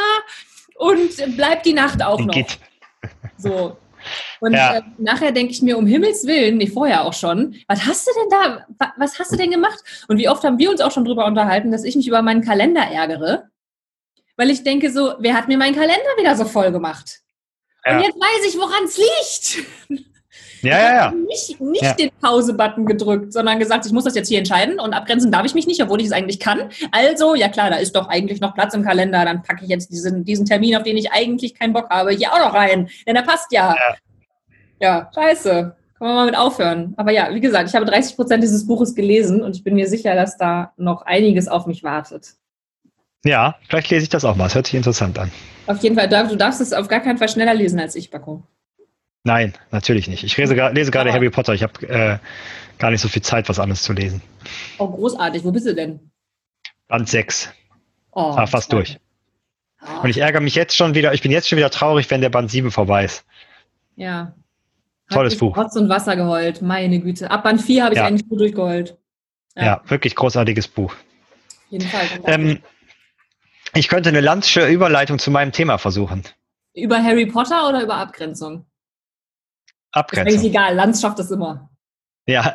und bleib die Nacht auch noch. Geht. So. Und Ja. äh, nachher denke ich mir, um Himmels Willen, nee, vorher auch schon, was hast du denn da, wa- was hast du denn gemacht? Und wie oft haben wir uns auch schon drüber unterhalten, dass ich mich über meinen Kalender ärgere, weil ich denke so, wer hat mir meinen Kalender wieder so voll gemacht? Und Ja. jetzt weiß ich, woran es liegt. Ja, Ich ja, ja. habe nicht, nicht Ja. den Pause-Button gedrückt, sondern gesagt, ich muss das jetzt hier entscheiden und abgrenzen darf ich mich nicht, obwohl ich es eigentlich kann. Also, ja klar, da ist doch eigentlich noch Platz im Kalender, dann packe ich jetzt diesen, diesen Termin, auf den ich eigentlich keinen Bock habe, hier auch noch rein, denn der passt ja. Ja. Ja, scheiße. Können wir mal mit aufhören. Aber ja, wie gesagt, ich habe dreißig Prozent dieses Buches gelesen und ich bin mir sicher, dass da noch einiges auf mich wartet. Ja, vielleicht lese ich das auch mal. Das hört sich interessant an. Auf jeden Fall, du darfst es auf gar keinen Fall schneller lesen als ich, Paco. Nein, natürlich nicht. Ich lese, lese gerade Harry Potter. Ich habe äh, gar nicht so viel Zeit, was anderes zu lesen. Oh, großartig. Wo bist du denn? Band sechs. Oh, ah, fast durch. Oh. Und ich ärgere mich jetzt schon wieder, ich bin jetzt schon wieder traurig, wenn der Band sieben vorbei ist. Ja. Tolles Buch. Rotz und Wasser geheult, meine Güte. Ab Band vier habe ich ja. eigentlich nur durchgeheult. Ja. ja, wirklich großartiges Buch. Auf jeden Fall. Ähm, ich könnte eine landsche Überleitung zu meinem Thema versuchen. Über Harry Potter oder über Abgrenzung? Abgrenzung. Ist eigentlich egal, Lanz schafft das immer. Ja.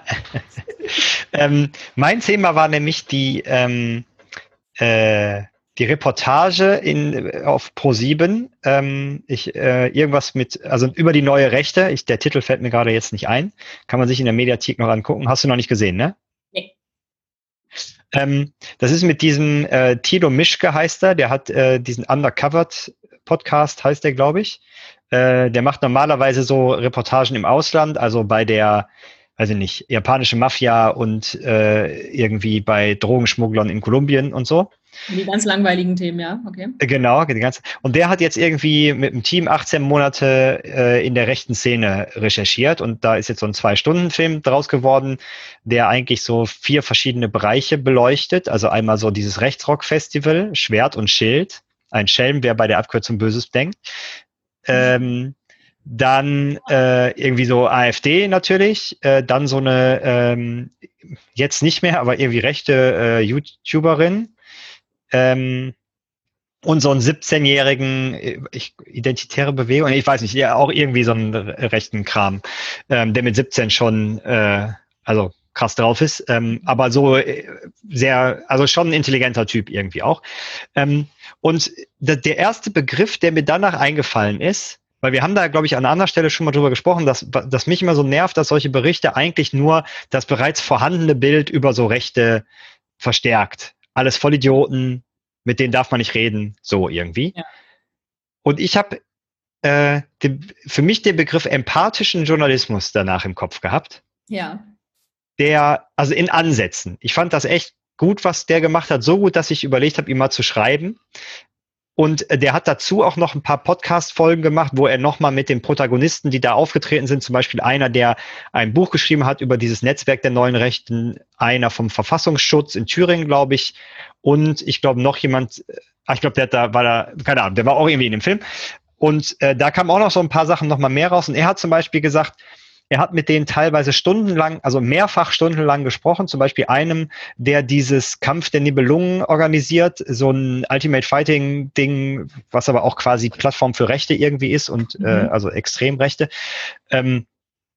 ähm, mein Thema war nämlich die, ähm, äh, die Reportage in, auf ProSieben. Ähm, ich, äh, irgendwas mit, also über die neue Rechte. Ich, der Titel fällt mir gerade jetzt nicht ein. Kann man sich in der Mediathek noch angucken. Hast du noch nicht gesehen, ne? Nee. Ähm, das ist mit diesem äh, Thilo Mischke heißt er. Der hat äh, diesen Undercovered Podcast, heißt der, glaube ich. Äh, der macht normalerweise so Reportagen im Ausland, also bei der, weiß ich nicht, japanische Mafia und äh, irgendwie bei Drogenschmugglern in Kolumbien und so. Die ganz langweiligen Themen, ja, okay. Genau, die ganze. Und der hat jetzt irgendwie mit dem Team achtzehn Monate äh, in der rechten Szene recherchiert und da ist jetzt so ein Zwei-Stunden-Film draus geworden, der eigentlich so vier verschiedene Bereiche beleuchtet. Also einmal so dieses Rechtsrock-Festival, Schwert und Schild, ein Schelm, wer bei der Abkürzung Böses denkt. Ähm, dann äh, irgendwie so AfD natürlich, äh, dann so eine, ähm, jetzt nicht mehr, aber irgendwie rechte äh, YouTuberin, ähm, und so einen siebzehnjährigen ich, identitäre Bewegung, ich weiß nicht, ja, auch irgendwie so einen rechten Kram, ähm, der mit siebzehn schon, äh, also krass drauf ist, ähm, aber so äh, sehr, also schon ein intelligenter Typ irgendwie auch. Ähm, und d- der erste Begriff, der mir danach eingefallen ist, weil wir haben da, glaube ich, an anderer Stelle schon mal drüber gesprochen, dass, dass mich immer so nervt, dass solche Berichte eigentlich nur das bereits vorhandene Bild über so Rechte verstärkt. Alles Vollidioten, mit denen darf man nicht reden, so irgendwie. Ja. Und ich habe äh, für mich den Begriff empathischen Journalismus danach im Kopf gehabt. Ja. Der, also in Ansätzen. Ich fand das echt gut, was der gemacht hat. So gut, dass ich überlegt habe, ihm mal zu schreiben. Und der hat dazu auch noch ein paar Podcast-Folgen gemacht, wo er nochmal mit den Protagonisten, die da aufgetreten sind, zum Beispiel einer, der ein Buch geschrieben hat über dieses Netzwerk der neuen Rechten, einer vom Verfassungsschutz in Thüringen, glaube ich, und ich glaube noch jemand, ich glaube, der hat da, war da, keine Ahnung, der war auch irgendwie in dem Film. Und äh, da kamen auch noch so ein paar Sachen nochmal mehr raus. Und er hat zum Beispiel gesagt, er hat mit denen teilweise stundenlang, also mehrfach stundenlang gesprochen, zum Beispiel einem, der dieses Kampf der Nibelungen organisiert, so ein Ultimate Fighting Ding, was aber auch quasi Plattform für Rechte irgendwie ist und mhm. äh, also Extremrechte. Ähm,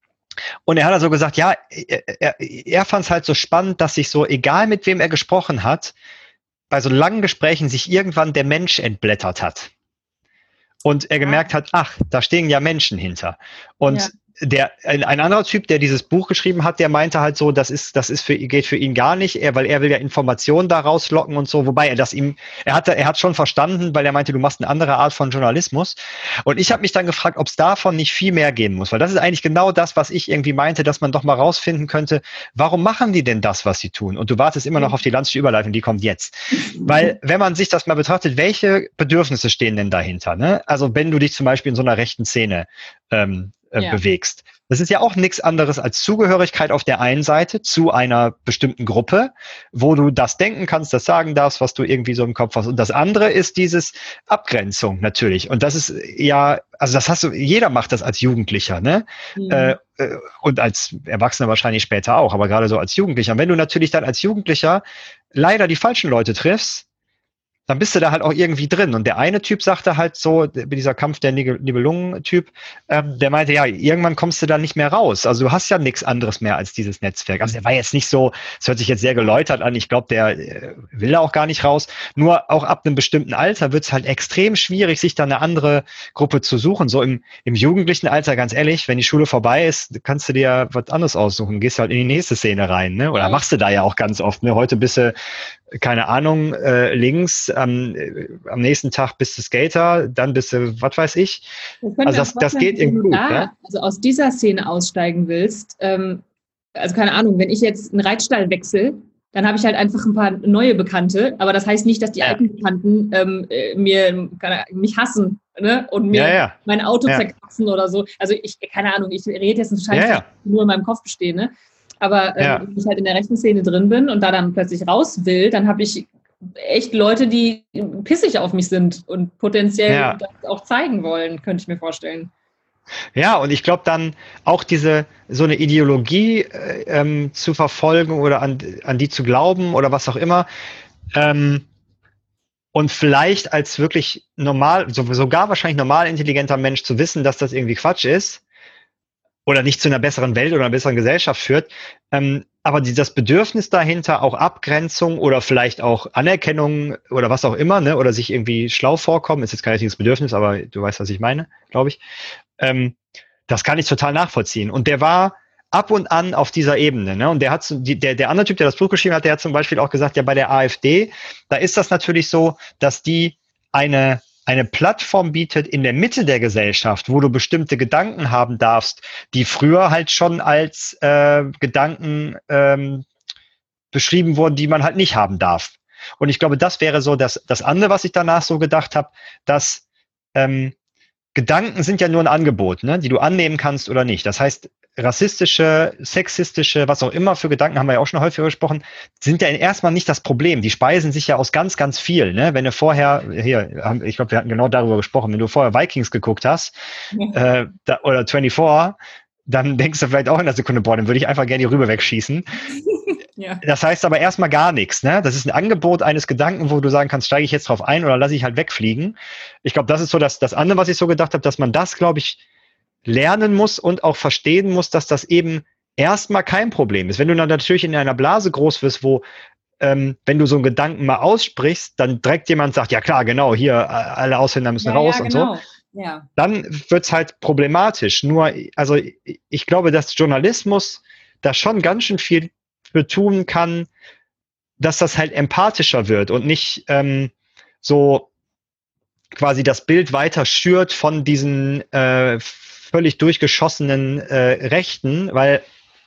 und er hat also gesagt, ja, er, er, er fand es halt so spannend, dass sich so, egal mit wem er gesprochen hat, bei so langen Gesprächen sich irgendwann der Mensch entblättert hat. Und er gemerkt hat, ach, da stehen ja Menschen hinter. Und ja. Der, ein, ein anderer Typ, der dieses Buch geschrieben hat, der meinte halt so, das ist, das ist für, geht für ihn gar nicht, er, weil er will ja Informationen da rauslocken und so, wobei er das ihm, er hat, er hat schon verstanden, weil er meinte, du machst eine andere Art von Journalismus. Und ich habe mich dann gefragt, ob es davon nicht viel mehr geben muss, weil das ist eigentlich genau das, was ich irgendwie meinte, dass man doch mal rausfinden könnte, warum machen die denn das, was sie tun? Und du wartest immer noch auf die Landsche Überleitung, die kommt jetzt. Weil, wenn man sich das mal betrachtet, welche Bedürfnisse stehen denn dahinter? Ne? Also, wenn du dich zum Beispiel in so einer rechten Szene ähm, Äh, ja. bewegst. Das ist ja auch nichts anderes als Zugehörigkeit auf der einen Seite zu einer bestimmten Gruppe, wo du das denken kannst, das sagen darfst, was du irgendwie so im Kopf hast. Und das andere ist dieses Abgrenzung natürlich. Und das ist ja, also das hast du, jeder macht das als Jugendlicher, ne? Mhm. Äh, und als Erwachsener wahrscheinlich später auch, aber gerade so als Jugendlicher. Und wenn du natürlich dann als Jugendlicher leider die falschen Leute triffst, dann bist du da halt auch irgendwie drin. Und der eine Typ sagte halt so, dieser Kampf der Nibelungen-Typ, ähm, der meinte, ja, irgendwann kommst du da nicht mehr raus. Also du hast ja nichts anderes mehr als dieses Netzwerk. Also der war jetzt nicht so, es hört sich jetzt sehr geläutert an, ich glaube, der äh, will da auch gar nicht raus. Nur auch ab einem bestimmten Alter wird es halt extrem schwierig, sich da eine andere Gruppe zu suchen. So im, im jugendlichen Alter, ganz ehrlich, wenn die Schule vorbei ist, kannst du dir was anderes aussuchen, gehst halt in die nächste Szene rein, ne? Oder machst du da ja auch ganz oft, ne? Heute bist du, keine Ahnung, äh, links, am, äh, am nächsten Tag bist du Skater, dann bist du, was weiß ich. Also das, das geht im Blut. Da, ja? Also aus dieser Szene aussteigen willst, ähm, also keine Ahnung, wenn ich jetzt einen Reitstall wechsle dann habe ich halt einfach ein paar neue Bekannte. Aber das heißt nicht, dass die ja. alten Bekannten ähm, mir mich hassen, ne? Und mir ja, ja. mein Auto ja. zerkratzen oder so. Also ich, keine Ahnung, ich rede jetzt einen Scheiß, ja, ja. nur in meinem Kopf bestehe, ne? Aber ähm, ja. wenn ich halt in der rechten Szene drin bin und da dann plötzlich raus will, dann habe ich echt Leute, die pissig auf mich sind und potenziell ja. das auch zeigen wollen, könnte ich mir vorstellen. Ja, und ich glaube dann auch diese, so eine Ideologie äh, ähm, zu verfolgen oder an, an die zu glauben oder was auch immer, ähm, und vielleicht als wirklich normal, so, sogar wahrscheinlich normal intelligenter Mensch zu wissen, dass das irgendwie Quatsch ist oder nicht zu einer besseren Welt oder einer besseren Gesellschaft führt, ähm, aber die, das Bedürfnis dahinter, auch Abgrenzung oder vielleicht auch Anerkennung oder was auch immer, ne, oder sich irgendwie schlau vorkommen, ist jetzt kein richtiges Bedürfnis, aber du weißt, was ich meine, glaube ich. Ähm, das kann ich total nachvollziehen. Und der war ab und an auf dieser Ebene, ne? Und der hat, die, der, der andere Typ, der das Buch geschrieben hat, der hat zum Beispiel auch gesagt, ja, bei der AfD, da ist das natürlich so, dass die eine, eine Plattform bietet in der Mitte der Gesellschaft, wo du bestimmte Gedanken haben darfst, die früher halt schon als äh, Gedanken ähm, beschrieben wurden, die man halt nicht haben darf. Und ich glaube, das wäre so das, das andere, was ich danach so gedacht habe, dass ähm, Gedanken sind ja nur ein Angebot, ne, die du annehmen kannst oder nicht. Das heißt, rassistische, sexistische, was auch immer für Gedanken, haben wir ja auch schon häufiger gesprochen, sind ja erstmal nicht das Problem. Die speisen sich ja aus ganz, ganz viel. Ne? Wenn du vorher, hier, ich glaube, wir hatten genau darüber gesprochen, wenn du vorher Vikings geguckt hast ja. äh, da, oder vierundzwanzig, dann denkst du vielleicht auch in der Sekunde, boah, dann würde ich einfach gerne die Rübe wegschießen. Ja. Das heißt aber erstmal gar nichts. Ne? Das ist ein Angebot eines Gedanken, wo du sagen kannst, steige ich jetzt drauf ein oder lasse ich halt wegfliegen. Ich glaube, das ist so das, das andere, was ich so gedacht habe, dass man das, glaube ich, lernen muss und auch verstehen muss, dass das eben erstmal kein Problem ist. Wenn du dann natürlich in einer Blase groß wirst, wo, ähm, wenn du so einen Gedanken mal aussprichst, dann direkt jemand sagt, ja klar, genau, hier, alle Ausländer müssen ja, raus ja, genau. und so. Ja. Dann wird's halt problematisch. Nur, also ich glaube, dass Journalismus da schon ganz schön viel für tun kann, dass das halt empathischer wird und nicht ähm, so quasi das Bild weiter schürt von diesen äh, völlig durchgeschossenen äh, Rechten, weil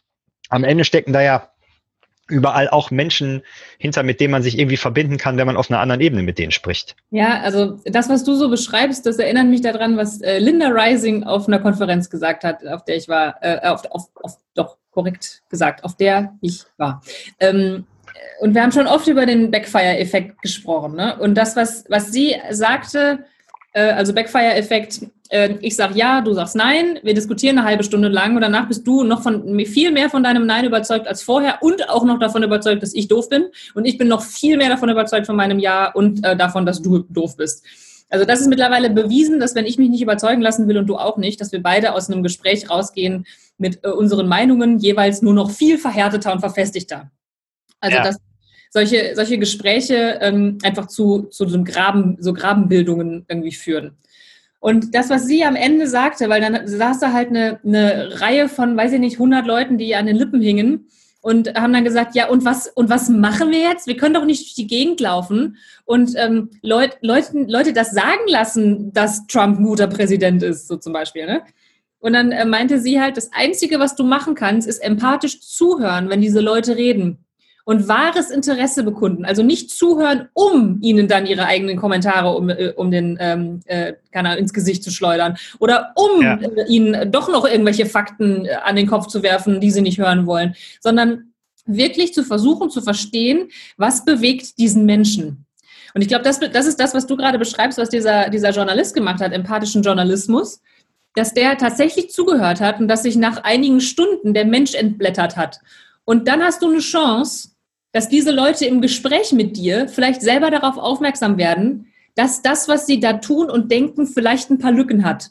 am Ende stecken da ja überall auch Menschen hinter, mit denen man sich irgendwie verbinden kann, wenn man auf einer anderen Ebene mit denen spricht. Ja, also das, was du so beschreibst, das erinnert mich daran, was äh, Linda Rising auf einer Konferenz gesagt hat, auf der ich war, äh, auf, auf, auf, doch, korrekt gesagt, auf der ich war. Ähm, und wir haben schon oft über den Backfire-Effekt gesprochen, ne? Und das, was, was sie sagte, äh, also Backfire-Effekt, äh, ich sag ja, du sagst nein, wir diskutieren eine halbe Stunde lang und danach bist du noch von viel mehr von deinem Nein überzeugt als vorher und auch noch davon überzeugt, dass ich doof bin und ich bin noch viel mehr davon überzeugt von meinem Ja und äh, davon, dass du doof bist. Also das ist mittlerweile bewiesen, dass wenn ich mich nicht überzeugen lassen will und du auch nicht, dass wir beide aus einem Gespräch rausgehen mit äh, unseren Meinungen jeweils nur noch viel verhärteter und verfestigter. Also ja. dass solche, solche Gespräche ähm, einfach zu, zu so, Graben, so Grabenbildungen irgendwie führen. Und das, was sie am Ende sagte, weil dann saß da halt eine, eine Reihe von, weiß ich nicht, hundert Leuten, die an den Lippen hingen und haben dann gesagt, ja, und was, und was machen wir jetzt? Wir können doch nicht durch die Gegend laufen und ähm, Leut, Leute, Leute das sagen lassen, dass Trump ein guter Präsident ist, so zum Beispiel, ne? Und dann äh, meinte sie halt, das Einzige, was du machen kannst, ist empathisch zuhören, wenn diese Leute reden. Und wahres Interesse bekunden. Also nicht zuhören, um ihnen dann ihre eigenen Kommentare um, um den ähm, äh, Kanal ins Gesicht zu schleudern. Oder um ja. äh, ihnen doch noch irgendwelche Fakten äh, an den Kopf zu werfen, die sie nicht hören wollen. Sondern wirklich zu versuchen zu verstehen, was bewegt diesen Menschen. Und ich glaube, das, das ist das, was du gerade beschreibst, was dieser, dieser Journalist gemacht hat, empathischen Journalismus, dass der tatsächlich zugehört hat und dass sich nach einigen Stunden der Mensch entblättert hat. Und dann hast du eine Chance, dass diese Leute im Gespräch mit dir vielleicht selber darauf aufmerksam werden, dass das, was sie da tun und denken, vielleicht ein paar Lücken hat.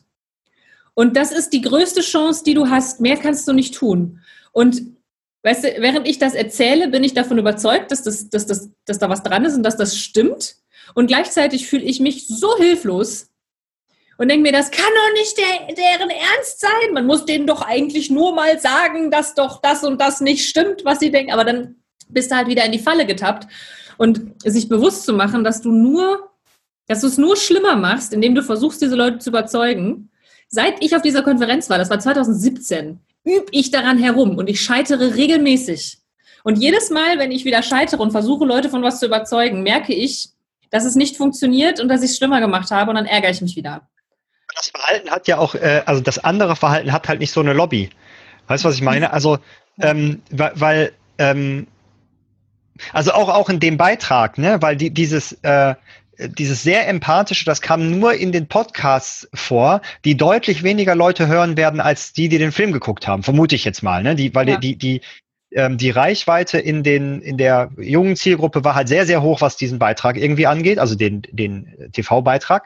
Und das ist die größte Chance, die du hast. Mehr kannst du nicht tun. Und weißt du, während ich das erzähle, bin ich davon überzeugt, dass, das, dass, das, dass da was dran ist und dass das stimmt. Und gleichzeitig fühle ich mich so hilflos und denke mir, das kann doch nicht der, deren Ernst sein. Man muss denen doch eigentlich nur mal sagen, dass doch das und das nicht stimmt, was sie denken. Aber dann bist du halt wieder in die Falle getappt. Und sich bewusst zu machen, dass du nur, dass du es nur schlimmer machst, indem du versuchst, diese Leute zu überzeugen. Seit ich auf dieser Konferenz war, das war zwanzig siebzehn, übe ich daran herum und ich scheitere regelmäßig. Und jedes Mal, wenn ich wieder scheitere und versuche, Leute von was zu überzeugen, merke ich, dass es nicht funktioniert und dass ich es schlimmer gemacht habe und dann ärgere ich mich wieder. Das Verhalten hat ja auch, äh, also das andere Verhalten hat halt nicht so eine Lobby. Weißt du, was ich meine? Also, ähm, weil, weil ähm, also auch, auch in dem Beitrag, ne, weil die, dieses, äh, dieses sehr empathische, das kam nur in den Podcasts vor, die deutlich weniger Leute hören werden als die, die den Film geguckt haben, vermute ich jetzt mal, ne, die, weil ja. die, die, ähm, die Reichweite in den, in der jungen Zielgruppe war halt sehr, sehr hoch, was diesen Beitrag irgendwie angeht, also den, den T V-Beitrag.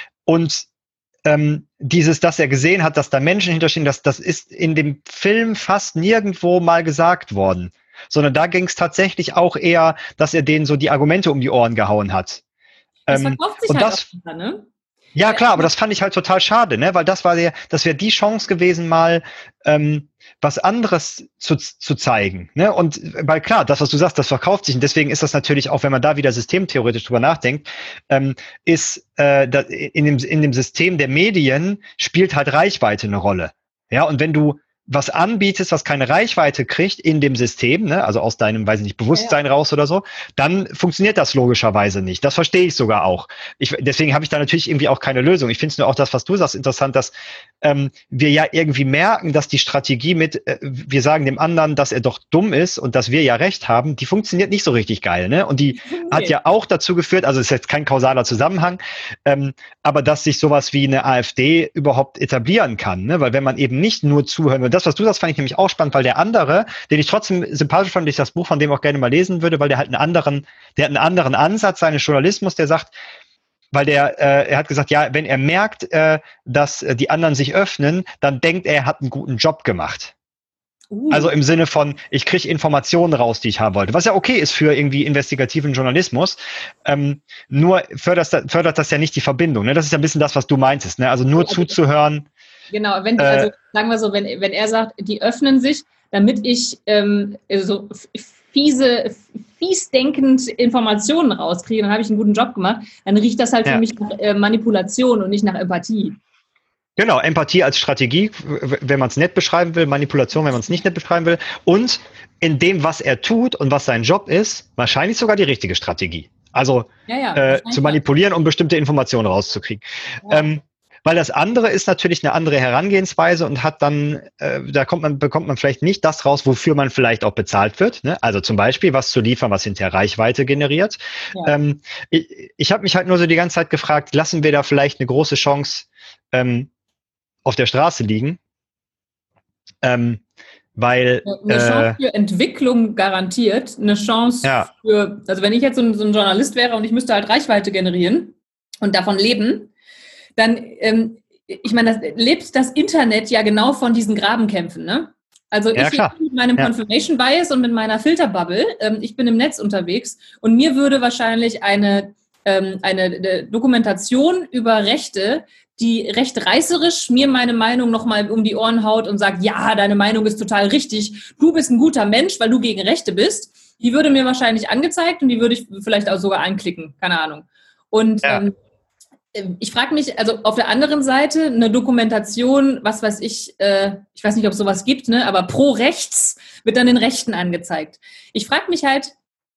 Und ähm, dieses, dass er gesehen hat, dass da Menschen hinterstehen, das, das ist in dem Film fast nirgendwo mal gesagt worden. Sondern da ging es tatsächlich auch eher, dass er denen so die Argumente um die Ohren gehauen hat. Das verkauft sich und halt das, auch wieder, ne? Ja, klar, aber das fand ich halt total schade, ne? Weil das war der, das wäre die Chance gewesen, mal ähm, was anderes zu, zu zeigen. Ne? Und weil klar, das, was du sagst, das verkauft sich. Und deswegen ist das natürlich auch, wenn man da wieder systemtheoretisch drüber nachdenkt, ähm, ist äh, da, in, dem, in dem System der Medien spielt halt Reichweite eine Rolle. Ja, und wenn du was anbietest, was keine Reichweite kriegt in dem System, ne, also aus deinem, weiß ich nicht, Bewusstsein ja, ja. raus oder so, dann funktioniert das logischerweise nicht. Das verstehe ich sogar auch. Ich, deswegen habe ich da natürlich irgendwie auch keine Lösung. Ich finde es nur auch das, was du sagst, interessant, dass ähm, wir ja irgendwie merken, dass die Strategie mit, äh, wir sagen dem anderen, dass er doch dumm ist und dass wir ja recht haben, die funktioniert nicht so richtig geil, ne? Und die okay. hat ja auch dazu geführt, also es ist jetzt kein kausaler Zusammenhang, ähm, aber dass sich sowas wie eine AfD überhaupt etablieren kann, ne? Weil wenn man eben nicht nur zuhören will, das, was du sagst, fand ich nämlich auch spannend, weil der andere, den ich trotzdem sympathisch fand, ich das Buch von dem auch gerne mal lesen würde, weil der halt einen anderen, der hat einen anderen Ansatz seines Journalismus, der sagt, weil der, äh, er hat gesagt, ja, wenn er merkt, äh, dass äh, die anderen sich öffnen, dann denkt er, er hat einen guten Job gemacht. Uh. Also im Sinne von, ich kriege Informationen raus, die ich haben wollte. Was ja okay ist für irgendwie investigativen Journalismus. Ähm, nur fördert das, fördert das ja nicht die Verbindung. Ne? Das ist ja ein bisschen das, was du meintest. Ne? Also nur also, zuzuhören. Genau, wenn die, also sagen wir so, wenn, wenn er sagt, die öffnen sich, damit ich ähm, so fiese, fies denkend Informationen rauskriege, dann habe ich einen guten Job gemacht, dann riecht das halt ja. für mich nach äh, Manipulation und nicht nach Empathie. Genau, Empathie als Strategie, wenn man es nett beschreiben will, Manipulation, wenn man es nicht nett beschreiben will, und in dem, was er tut und was sein Job ist, wahrscheinlich sogar die richtige Strategie. Also ja, ja, äh, zu manipulieren, um bestimmte Informationen rauszukriegen. Ja. Ähm, Weil das andere ist natürlich eine andere Herangehensweise und hat dann, äh, da kommt man, bekommt man vielleicht nicht das raus, wofür man vielleicht auch bezahlt wird. Ne? Also zum Beispiel was zu liefern, was hinterher Reichweite generiert. Ja. Ähm, ich ich habe mich halt nur so die ganze Zeit gefragt, lassen wir da vielleicht eine große Chance ähm, auf der Straße liegen? Ähm, weil eine Chance für Entwicklung garantiert, eine Chance ja. für, also wenn ich jetzt so ein, so ein Journalist wäre und ich müsste halt Reichweite generieren und davon leben, dann, ähm, ich meine, das lebt das Internet ja genau von diesen Grabenkämpfen, ne? Also ja, ich mit meinem ja. Confirmation Bias und mit meiner Filterbubble, ähm, ich bin im Netz unterwegs und mir würde wahrscheinlich eine, ähm, eine, eine Dokumentation über Rechte, die recht reißerisch mir meine Meinung nochmal um die Ohren haut und sagt, ja, deine Meinung ist total richtig, du bist ein guter Mensch, weil du gegen Rechte bist, die würde mir wahrscheinlich angezeigt und die würde ich vielleicht auch sogar anklicken, keine Ahnung. Und ja. ähm, ich frage mich, also auf der anderen Seite eine Dokumentation, was weiß ich, äh, ich weiß nicht, ob es sowas gibt, ne, aber pro rechts wird dann den Rechten angezeigt. Ich frage mich halt,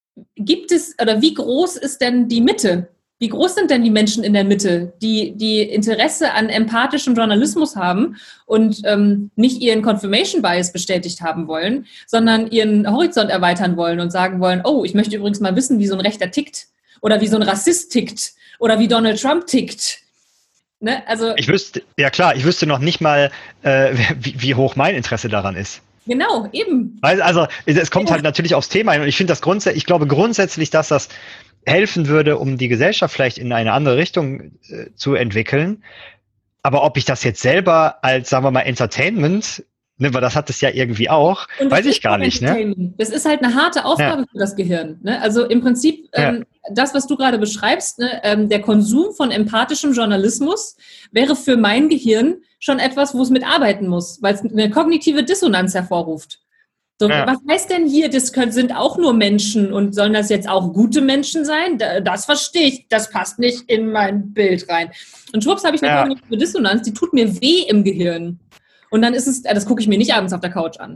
gibt es, oder wie groß ist denn die Mitte? Wie groß sind denn die Menschen in der Mitte, die, die Interesse an empathischem Journalismus haben und ähm, nicht ihren Confirmation Bias bestätigt haben wollen, sondern ihren Horizont erweitern wollen und sagen wollen, oh, ich möchte übrigens mal wissen, wie so ein Rechter tickt oder wie so ein Rassist tickt. Oder wie Donald Trump tickt. Ne? Also, ich wüsste, ja klar, ich wüsste noch nicht mal, äh, wie, wie hoch mein Interesse daran ist. Genau, eben. Weil, also es kommt ja. halt natürlich aufs Thema hin und ich finde das grundsätzlich, ich glaube grundsätzlich, dass das helfen würde, um die Gesellschaft vielleicht in eine andere Richtung äh, zu entwickeln. Aber ob ich das jetzt selber als, sagen wir mal, Entertainment, ne, weil das hat es ja irgendwie auch, weiß ich gar nicht. Ne? Das ist halt eine harte Aufgabe ja. für das Gehirn. Ne? Also im Prinzip, ähm, ja. das, was du gerade beschreibst, ne, ähm, der Konsum von empathischem Journalismus wäre für mein Gehirn schon etwas, wo es mitarbeiten muss, weil es eine kognitive Dissonanz hervorruft. So, ja. Was heißt denn hier, das können, sind auch nur Menschen und sollen das jetzt auch gute Menschen sein? Das verstehe ich, das passt nicht in mein Bild rein. Und schwupps habe ich eine ja. kognitive Dissonanz, die tut mir weh im Gehirn. Und dann ist es, das gucke ich mir nicht abends auf der Couch an.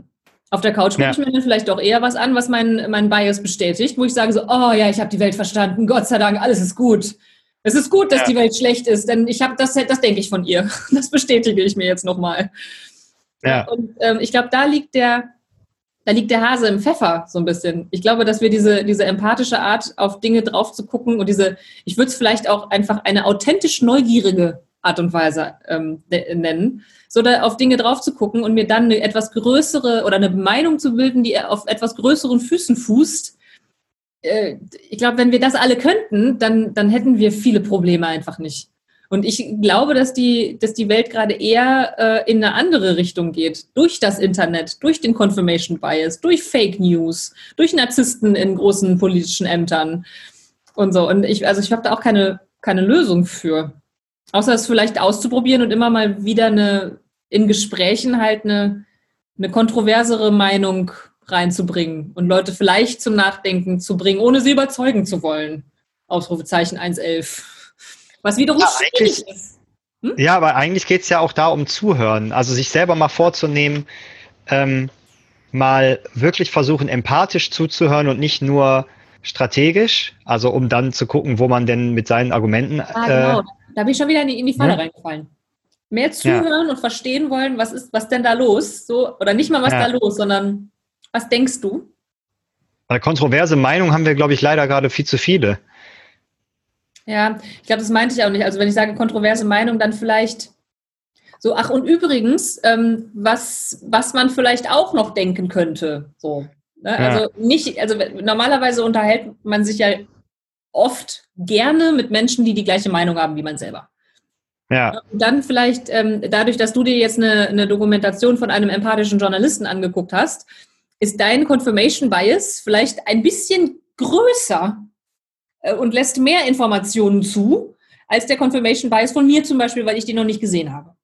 Auf der Couch gucke Ja. ich mir dann vielleicht doch eher was an, was mein, mein Bias bestätigt, wo ich sage so, oh ja, ich habe die Welt verstanden, Gott sei Dank, alles ist gut. Es ist gut, dass Ja. die Welt schlecht ist, denn ich habe das, das denke ich von ihr. Das bestätige ich mir jetzt nochmal. Ja. Und ähm, ich glaube, da liegt der, da liegt der Hase im Pfeffer so ein bisschen. Ich glaube, dass wir diese, diese empathische Art, auf Dinge drauf zu gucken und diese, ich würde es vielleicht auch einfach eine authentisch neugierige Art und Weise ähm, nennen, so da auf Dinge drauf zu gucken und mir dann eine etwas größere oder eine Meinung zu bilden, die auf etwas größeren Füßen fußt. Äh, ich glaube, wenn wir das alle könnten, dann, dann hätten wir viele Probleme einfach nicht. Und ich glaube, dass die, dass die Welt gerade eher äh, in eine andere Richtung geht. Durch das Internet, durch den Confirmation Bias, durch Fake News, durch Narzissten in großen politischen Ämtern und so. Und ich, also ich habe da auch keine, keine Lösung für. Außer es vielleicht auszuprobieren und immer mal wieder eine, in Gesprächen halt eine, eine kontroversere Meinung reinzubringen und Leute vielleicht zum Nachdenken zu bringen, ohne sie überzeugen zu wollen. Ausrufezeichen eins elf. Was wiederum Ja, schwierig ist. Hm? Ja, aber eigentlich geht es ja auch da um Zuhören. Also sich selber mal vorzunehmen, ähm, mal wirklich versuchen, empathisch zuzuhören und nicht nur strategisch, also um dann zu gucken, wo man denn mit seinen Argumenten... Ah, genau. Äh, Da bin ich schon wieder in die, in die Falle ne? reingefallen. Mehr zuhören ja. und verstehen wollen, was ist, was denn da los? So, oder nicht mal, was ja. da los, sondern was denkst du? Weil kontroverse Meinungen haben wir, glaube ich, leider gerade viel zu viele. Ja, ich glaube, das meinte ich auch nicht. Also wenn ich sage kontroverse Meinung, dann vielleicht so, ach und übrigens, ähm, was, was man vielleicht auch noch denken könnte. So, ne? Ja. Also nicht, also normalerweise unterhält man sich ja oft gerne mit Menschen, die die gleiche Meinung haben wie man selber. Ja. Und dann vielleicht, ähm, dadurch, dass du dir jetzt eine, eine Dokumentation von einem empathischen Journalisten angeguckt hast, ist dein Confirmation Bias vielleicht ein bisschen größer und lässt mehr Informationen zu, als der Confirmation Bias von mir zum Beispiel, weil ich die noch nicht gesehen habe.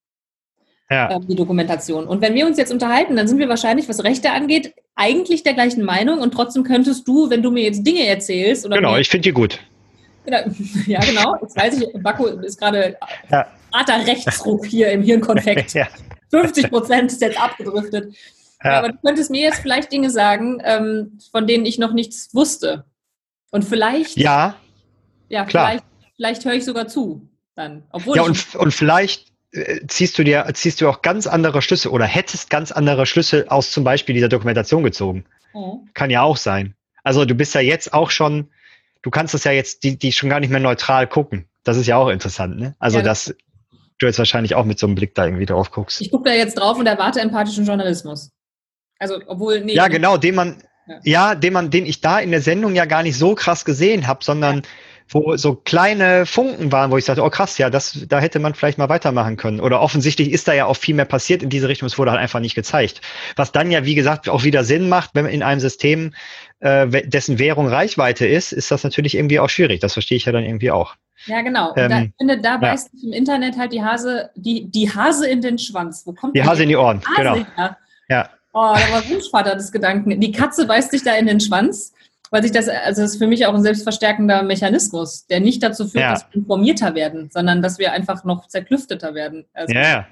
Ja. Die Dokumentation. Und wenn wir uns jetzt unterhalten, dann sind wir wahrscheinlich, was Rechte angeht, eigentlich der gleichen Meinung und trotzdem könntest du, wenn du mir jetzt Dinge erzählst... Oder genau, mir, ich finde die gut. Genau, ja, genau. Jetzt weiß ich, Bakko ist gerade ja. harter Rechtsruck hier im Hirnkonfekt. ja. fünfzig Prozent ist jetzt abgedriftet. Ja. Ja, aber du könntest mir jetzt vielleicht Dinge sagen, ähm, von denen ich noch nichts wusste. Und vielleicht, ja, ja, klar. vielleicht, vielleicht höre ich sogar zu dann. Obwohl ja, ich und, und vielleicht äh, ziehst du dir, ziehst du auch ganz andere Schlüsse oder hättest ganz andere Schlüsse aus zum Beispiel dieser Dokumentation gezogen. Oh. Kann ja auch sein. Also du bist ja jetzt auch schon, du kannst das ja jetzt, die, die schon gar nicht mehr neutral gucken. Das ist ja auch interessant, ne? Also ja, das, dass du jetzt wahrscheinlich auch mit so einem Blick da irgendwie drauf guckst. Ich gucke da jetzt drauf und erwarte empathischen Journalismus. Also, obwohl, nee. Ja, genau, den man, Ja. ja, den man, den ich da in der Sendung ja gar nicht so krass gesehen habe, sondern ja. wo so kleine Funken waren, wo ich sagte, oh krass, ja, das, da hätte man vielleicht mal weitermachen können. Oder offensichtlich ist da ja auch viel mehr passiert in diese Richtung, es wurde halt einfach nicht gezeigt. Was dann ja, wie gesagt, auch wieder Sinn macht, wenn man in einem System, äh, dessen Währung Reichweite ist, ist das natürlich irgendwie auch schwierig. Das verstehe ich ja dann irgendwie auch. Ja, genau. Und ähm, da, ich finde, da beißt ja. im Internet halt die Hase, die, die Hase in den Schwanz. Wo kommt die Hase in die Ohren, Hase genau. Her? Ja. Oh, da war Wunschvater des Gedanken. Die Katze beißt sich da in den Schwanz, weil sich das, also das ist für mich auch ein selbstverstärkender Mechanismus, der nicht dazu führt, ja. dass wir informierter werden, sondern dass wir einfach noch zerklüfteter werden. Also ja, ja.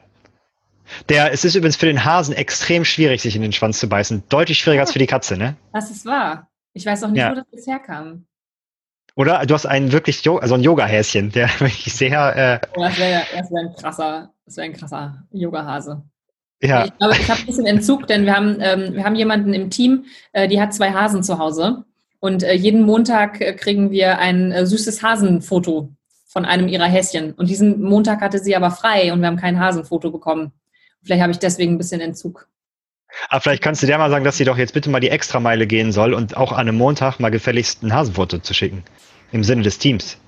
Der, es ist übrigens für den Hasen extrem schwierig, sich in den Schwanz zu beißen. Deutlich schwieriger ja. als für die Katze, ne? Das ist wahr. Ich weiß auch nicht, ja. wo das bisher kam. Oder du hast einen wirklich, also ein Yoga-Häschen, der wirklich sehr... Äh oh, das wäre wär ein krasser, das wäre ein krasser Yoga-Hase. Ja. Ich glaube, ich habe ein bisschen Entzug, denn wir haben, ähm, wir haben jemanden im Team, äh, die hat zwei Hasen zu Hause. Und äh, jeden Montag äh, kriegen wir ein äh, süßes Hasenfoto von einem ihrer Häschen. Und diesen Montag hatte sie aber frei und wir haben kein Hasenfoto bekommen. Vielleicht habe ich deswegen ein bisschen Entzug. Aber vielleicht kannst du der mal sagen, dass sie doch jetzt bitte mal die Extrameile gehen soll und auch an einem Montag mal gefälligst ein Hasenfoto zu schicken. Im Sinne des Teams.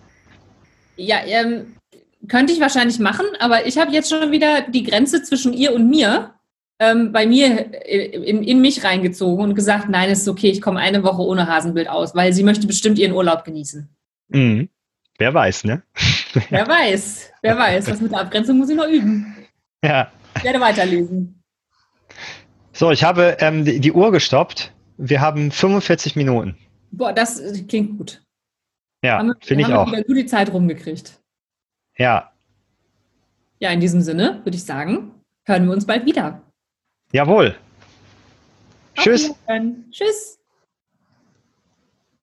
Ja, ähm, könnte ich wahrscheinlich machen, aber ich habe jetzt schon wieder die Grenze zwischen ihr und mir ähm, bei mir in, in mich reingezogen und gesagt, nein, es ist okay, ich komme eine Woche ohne Hasenbild aus, weil sie möchte bestimmt ihren Urlaub genießen. Mhm. Wer weiß, ne? Wer weiß, wer weiß. Das mit der Abgrenzung muss ich noch üben. Ja. Ich werde weiterlesen. So, ich habe ähm, die, die Uhr gestoppt. Wir haben fünfundvierzig Minuten. Boah, das klingt gut. Ja, finde ich auch. Haben wir wieder gut die Zeit rumgekriegt. Ja. Ja, in diesem Sinne würde ich sagen, hören wir uns bald wieder. Jawohl. Tschüss. Tschüss.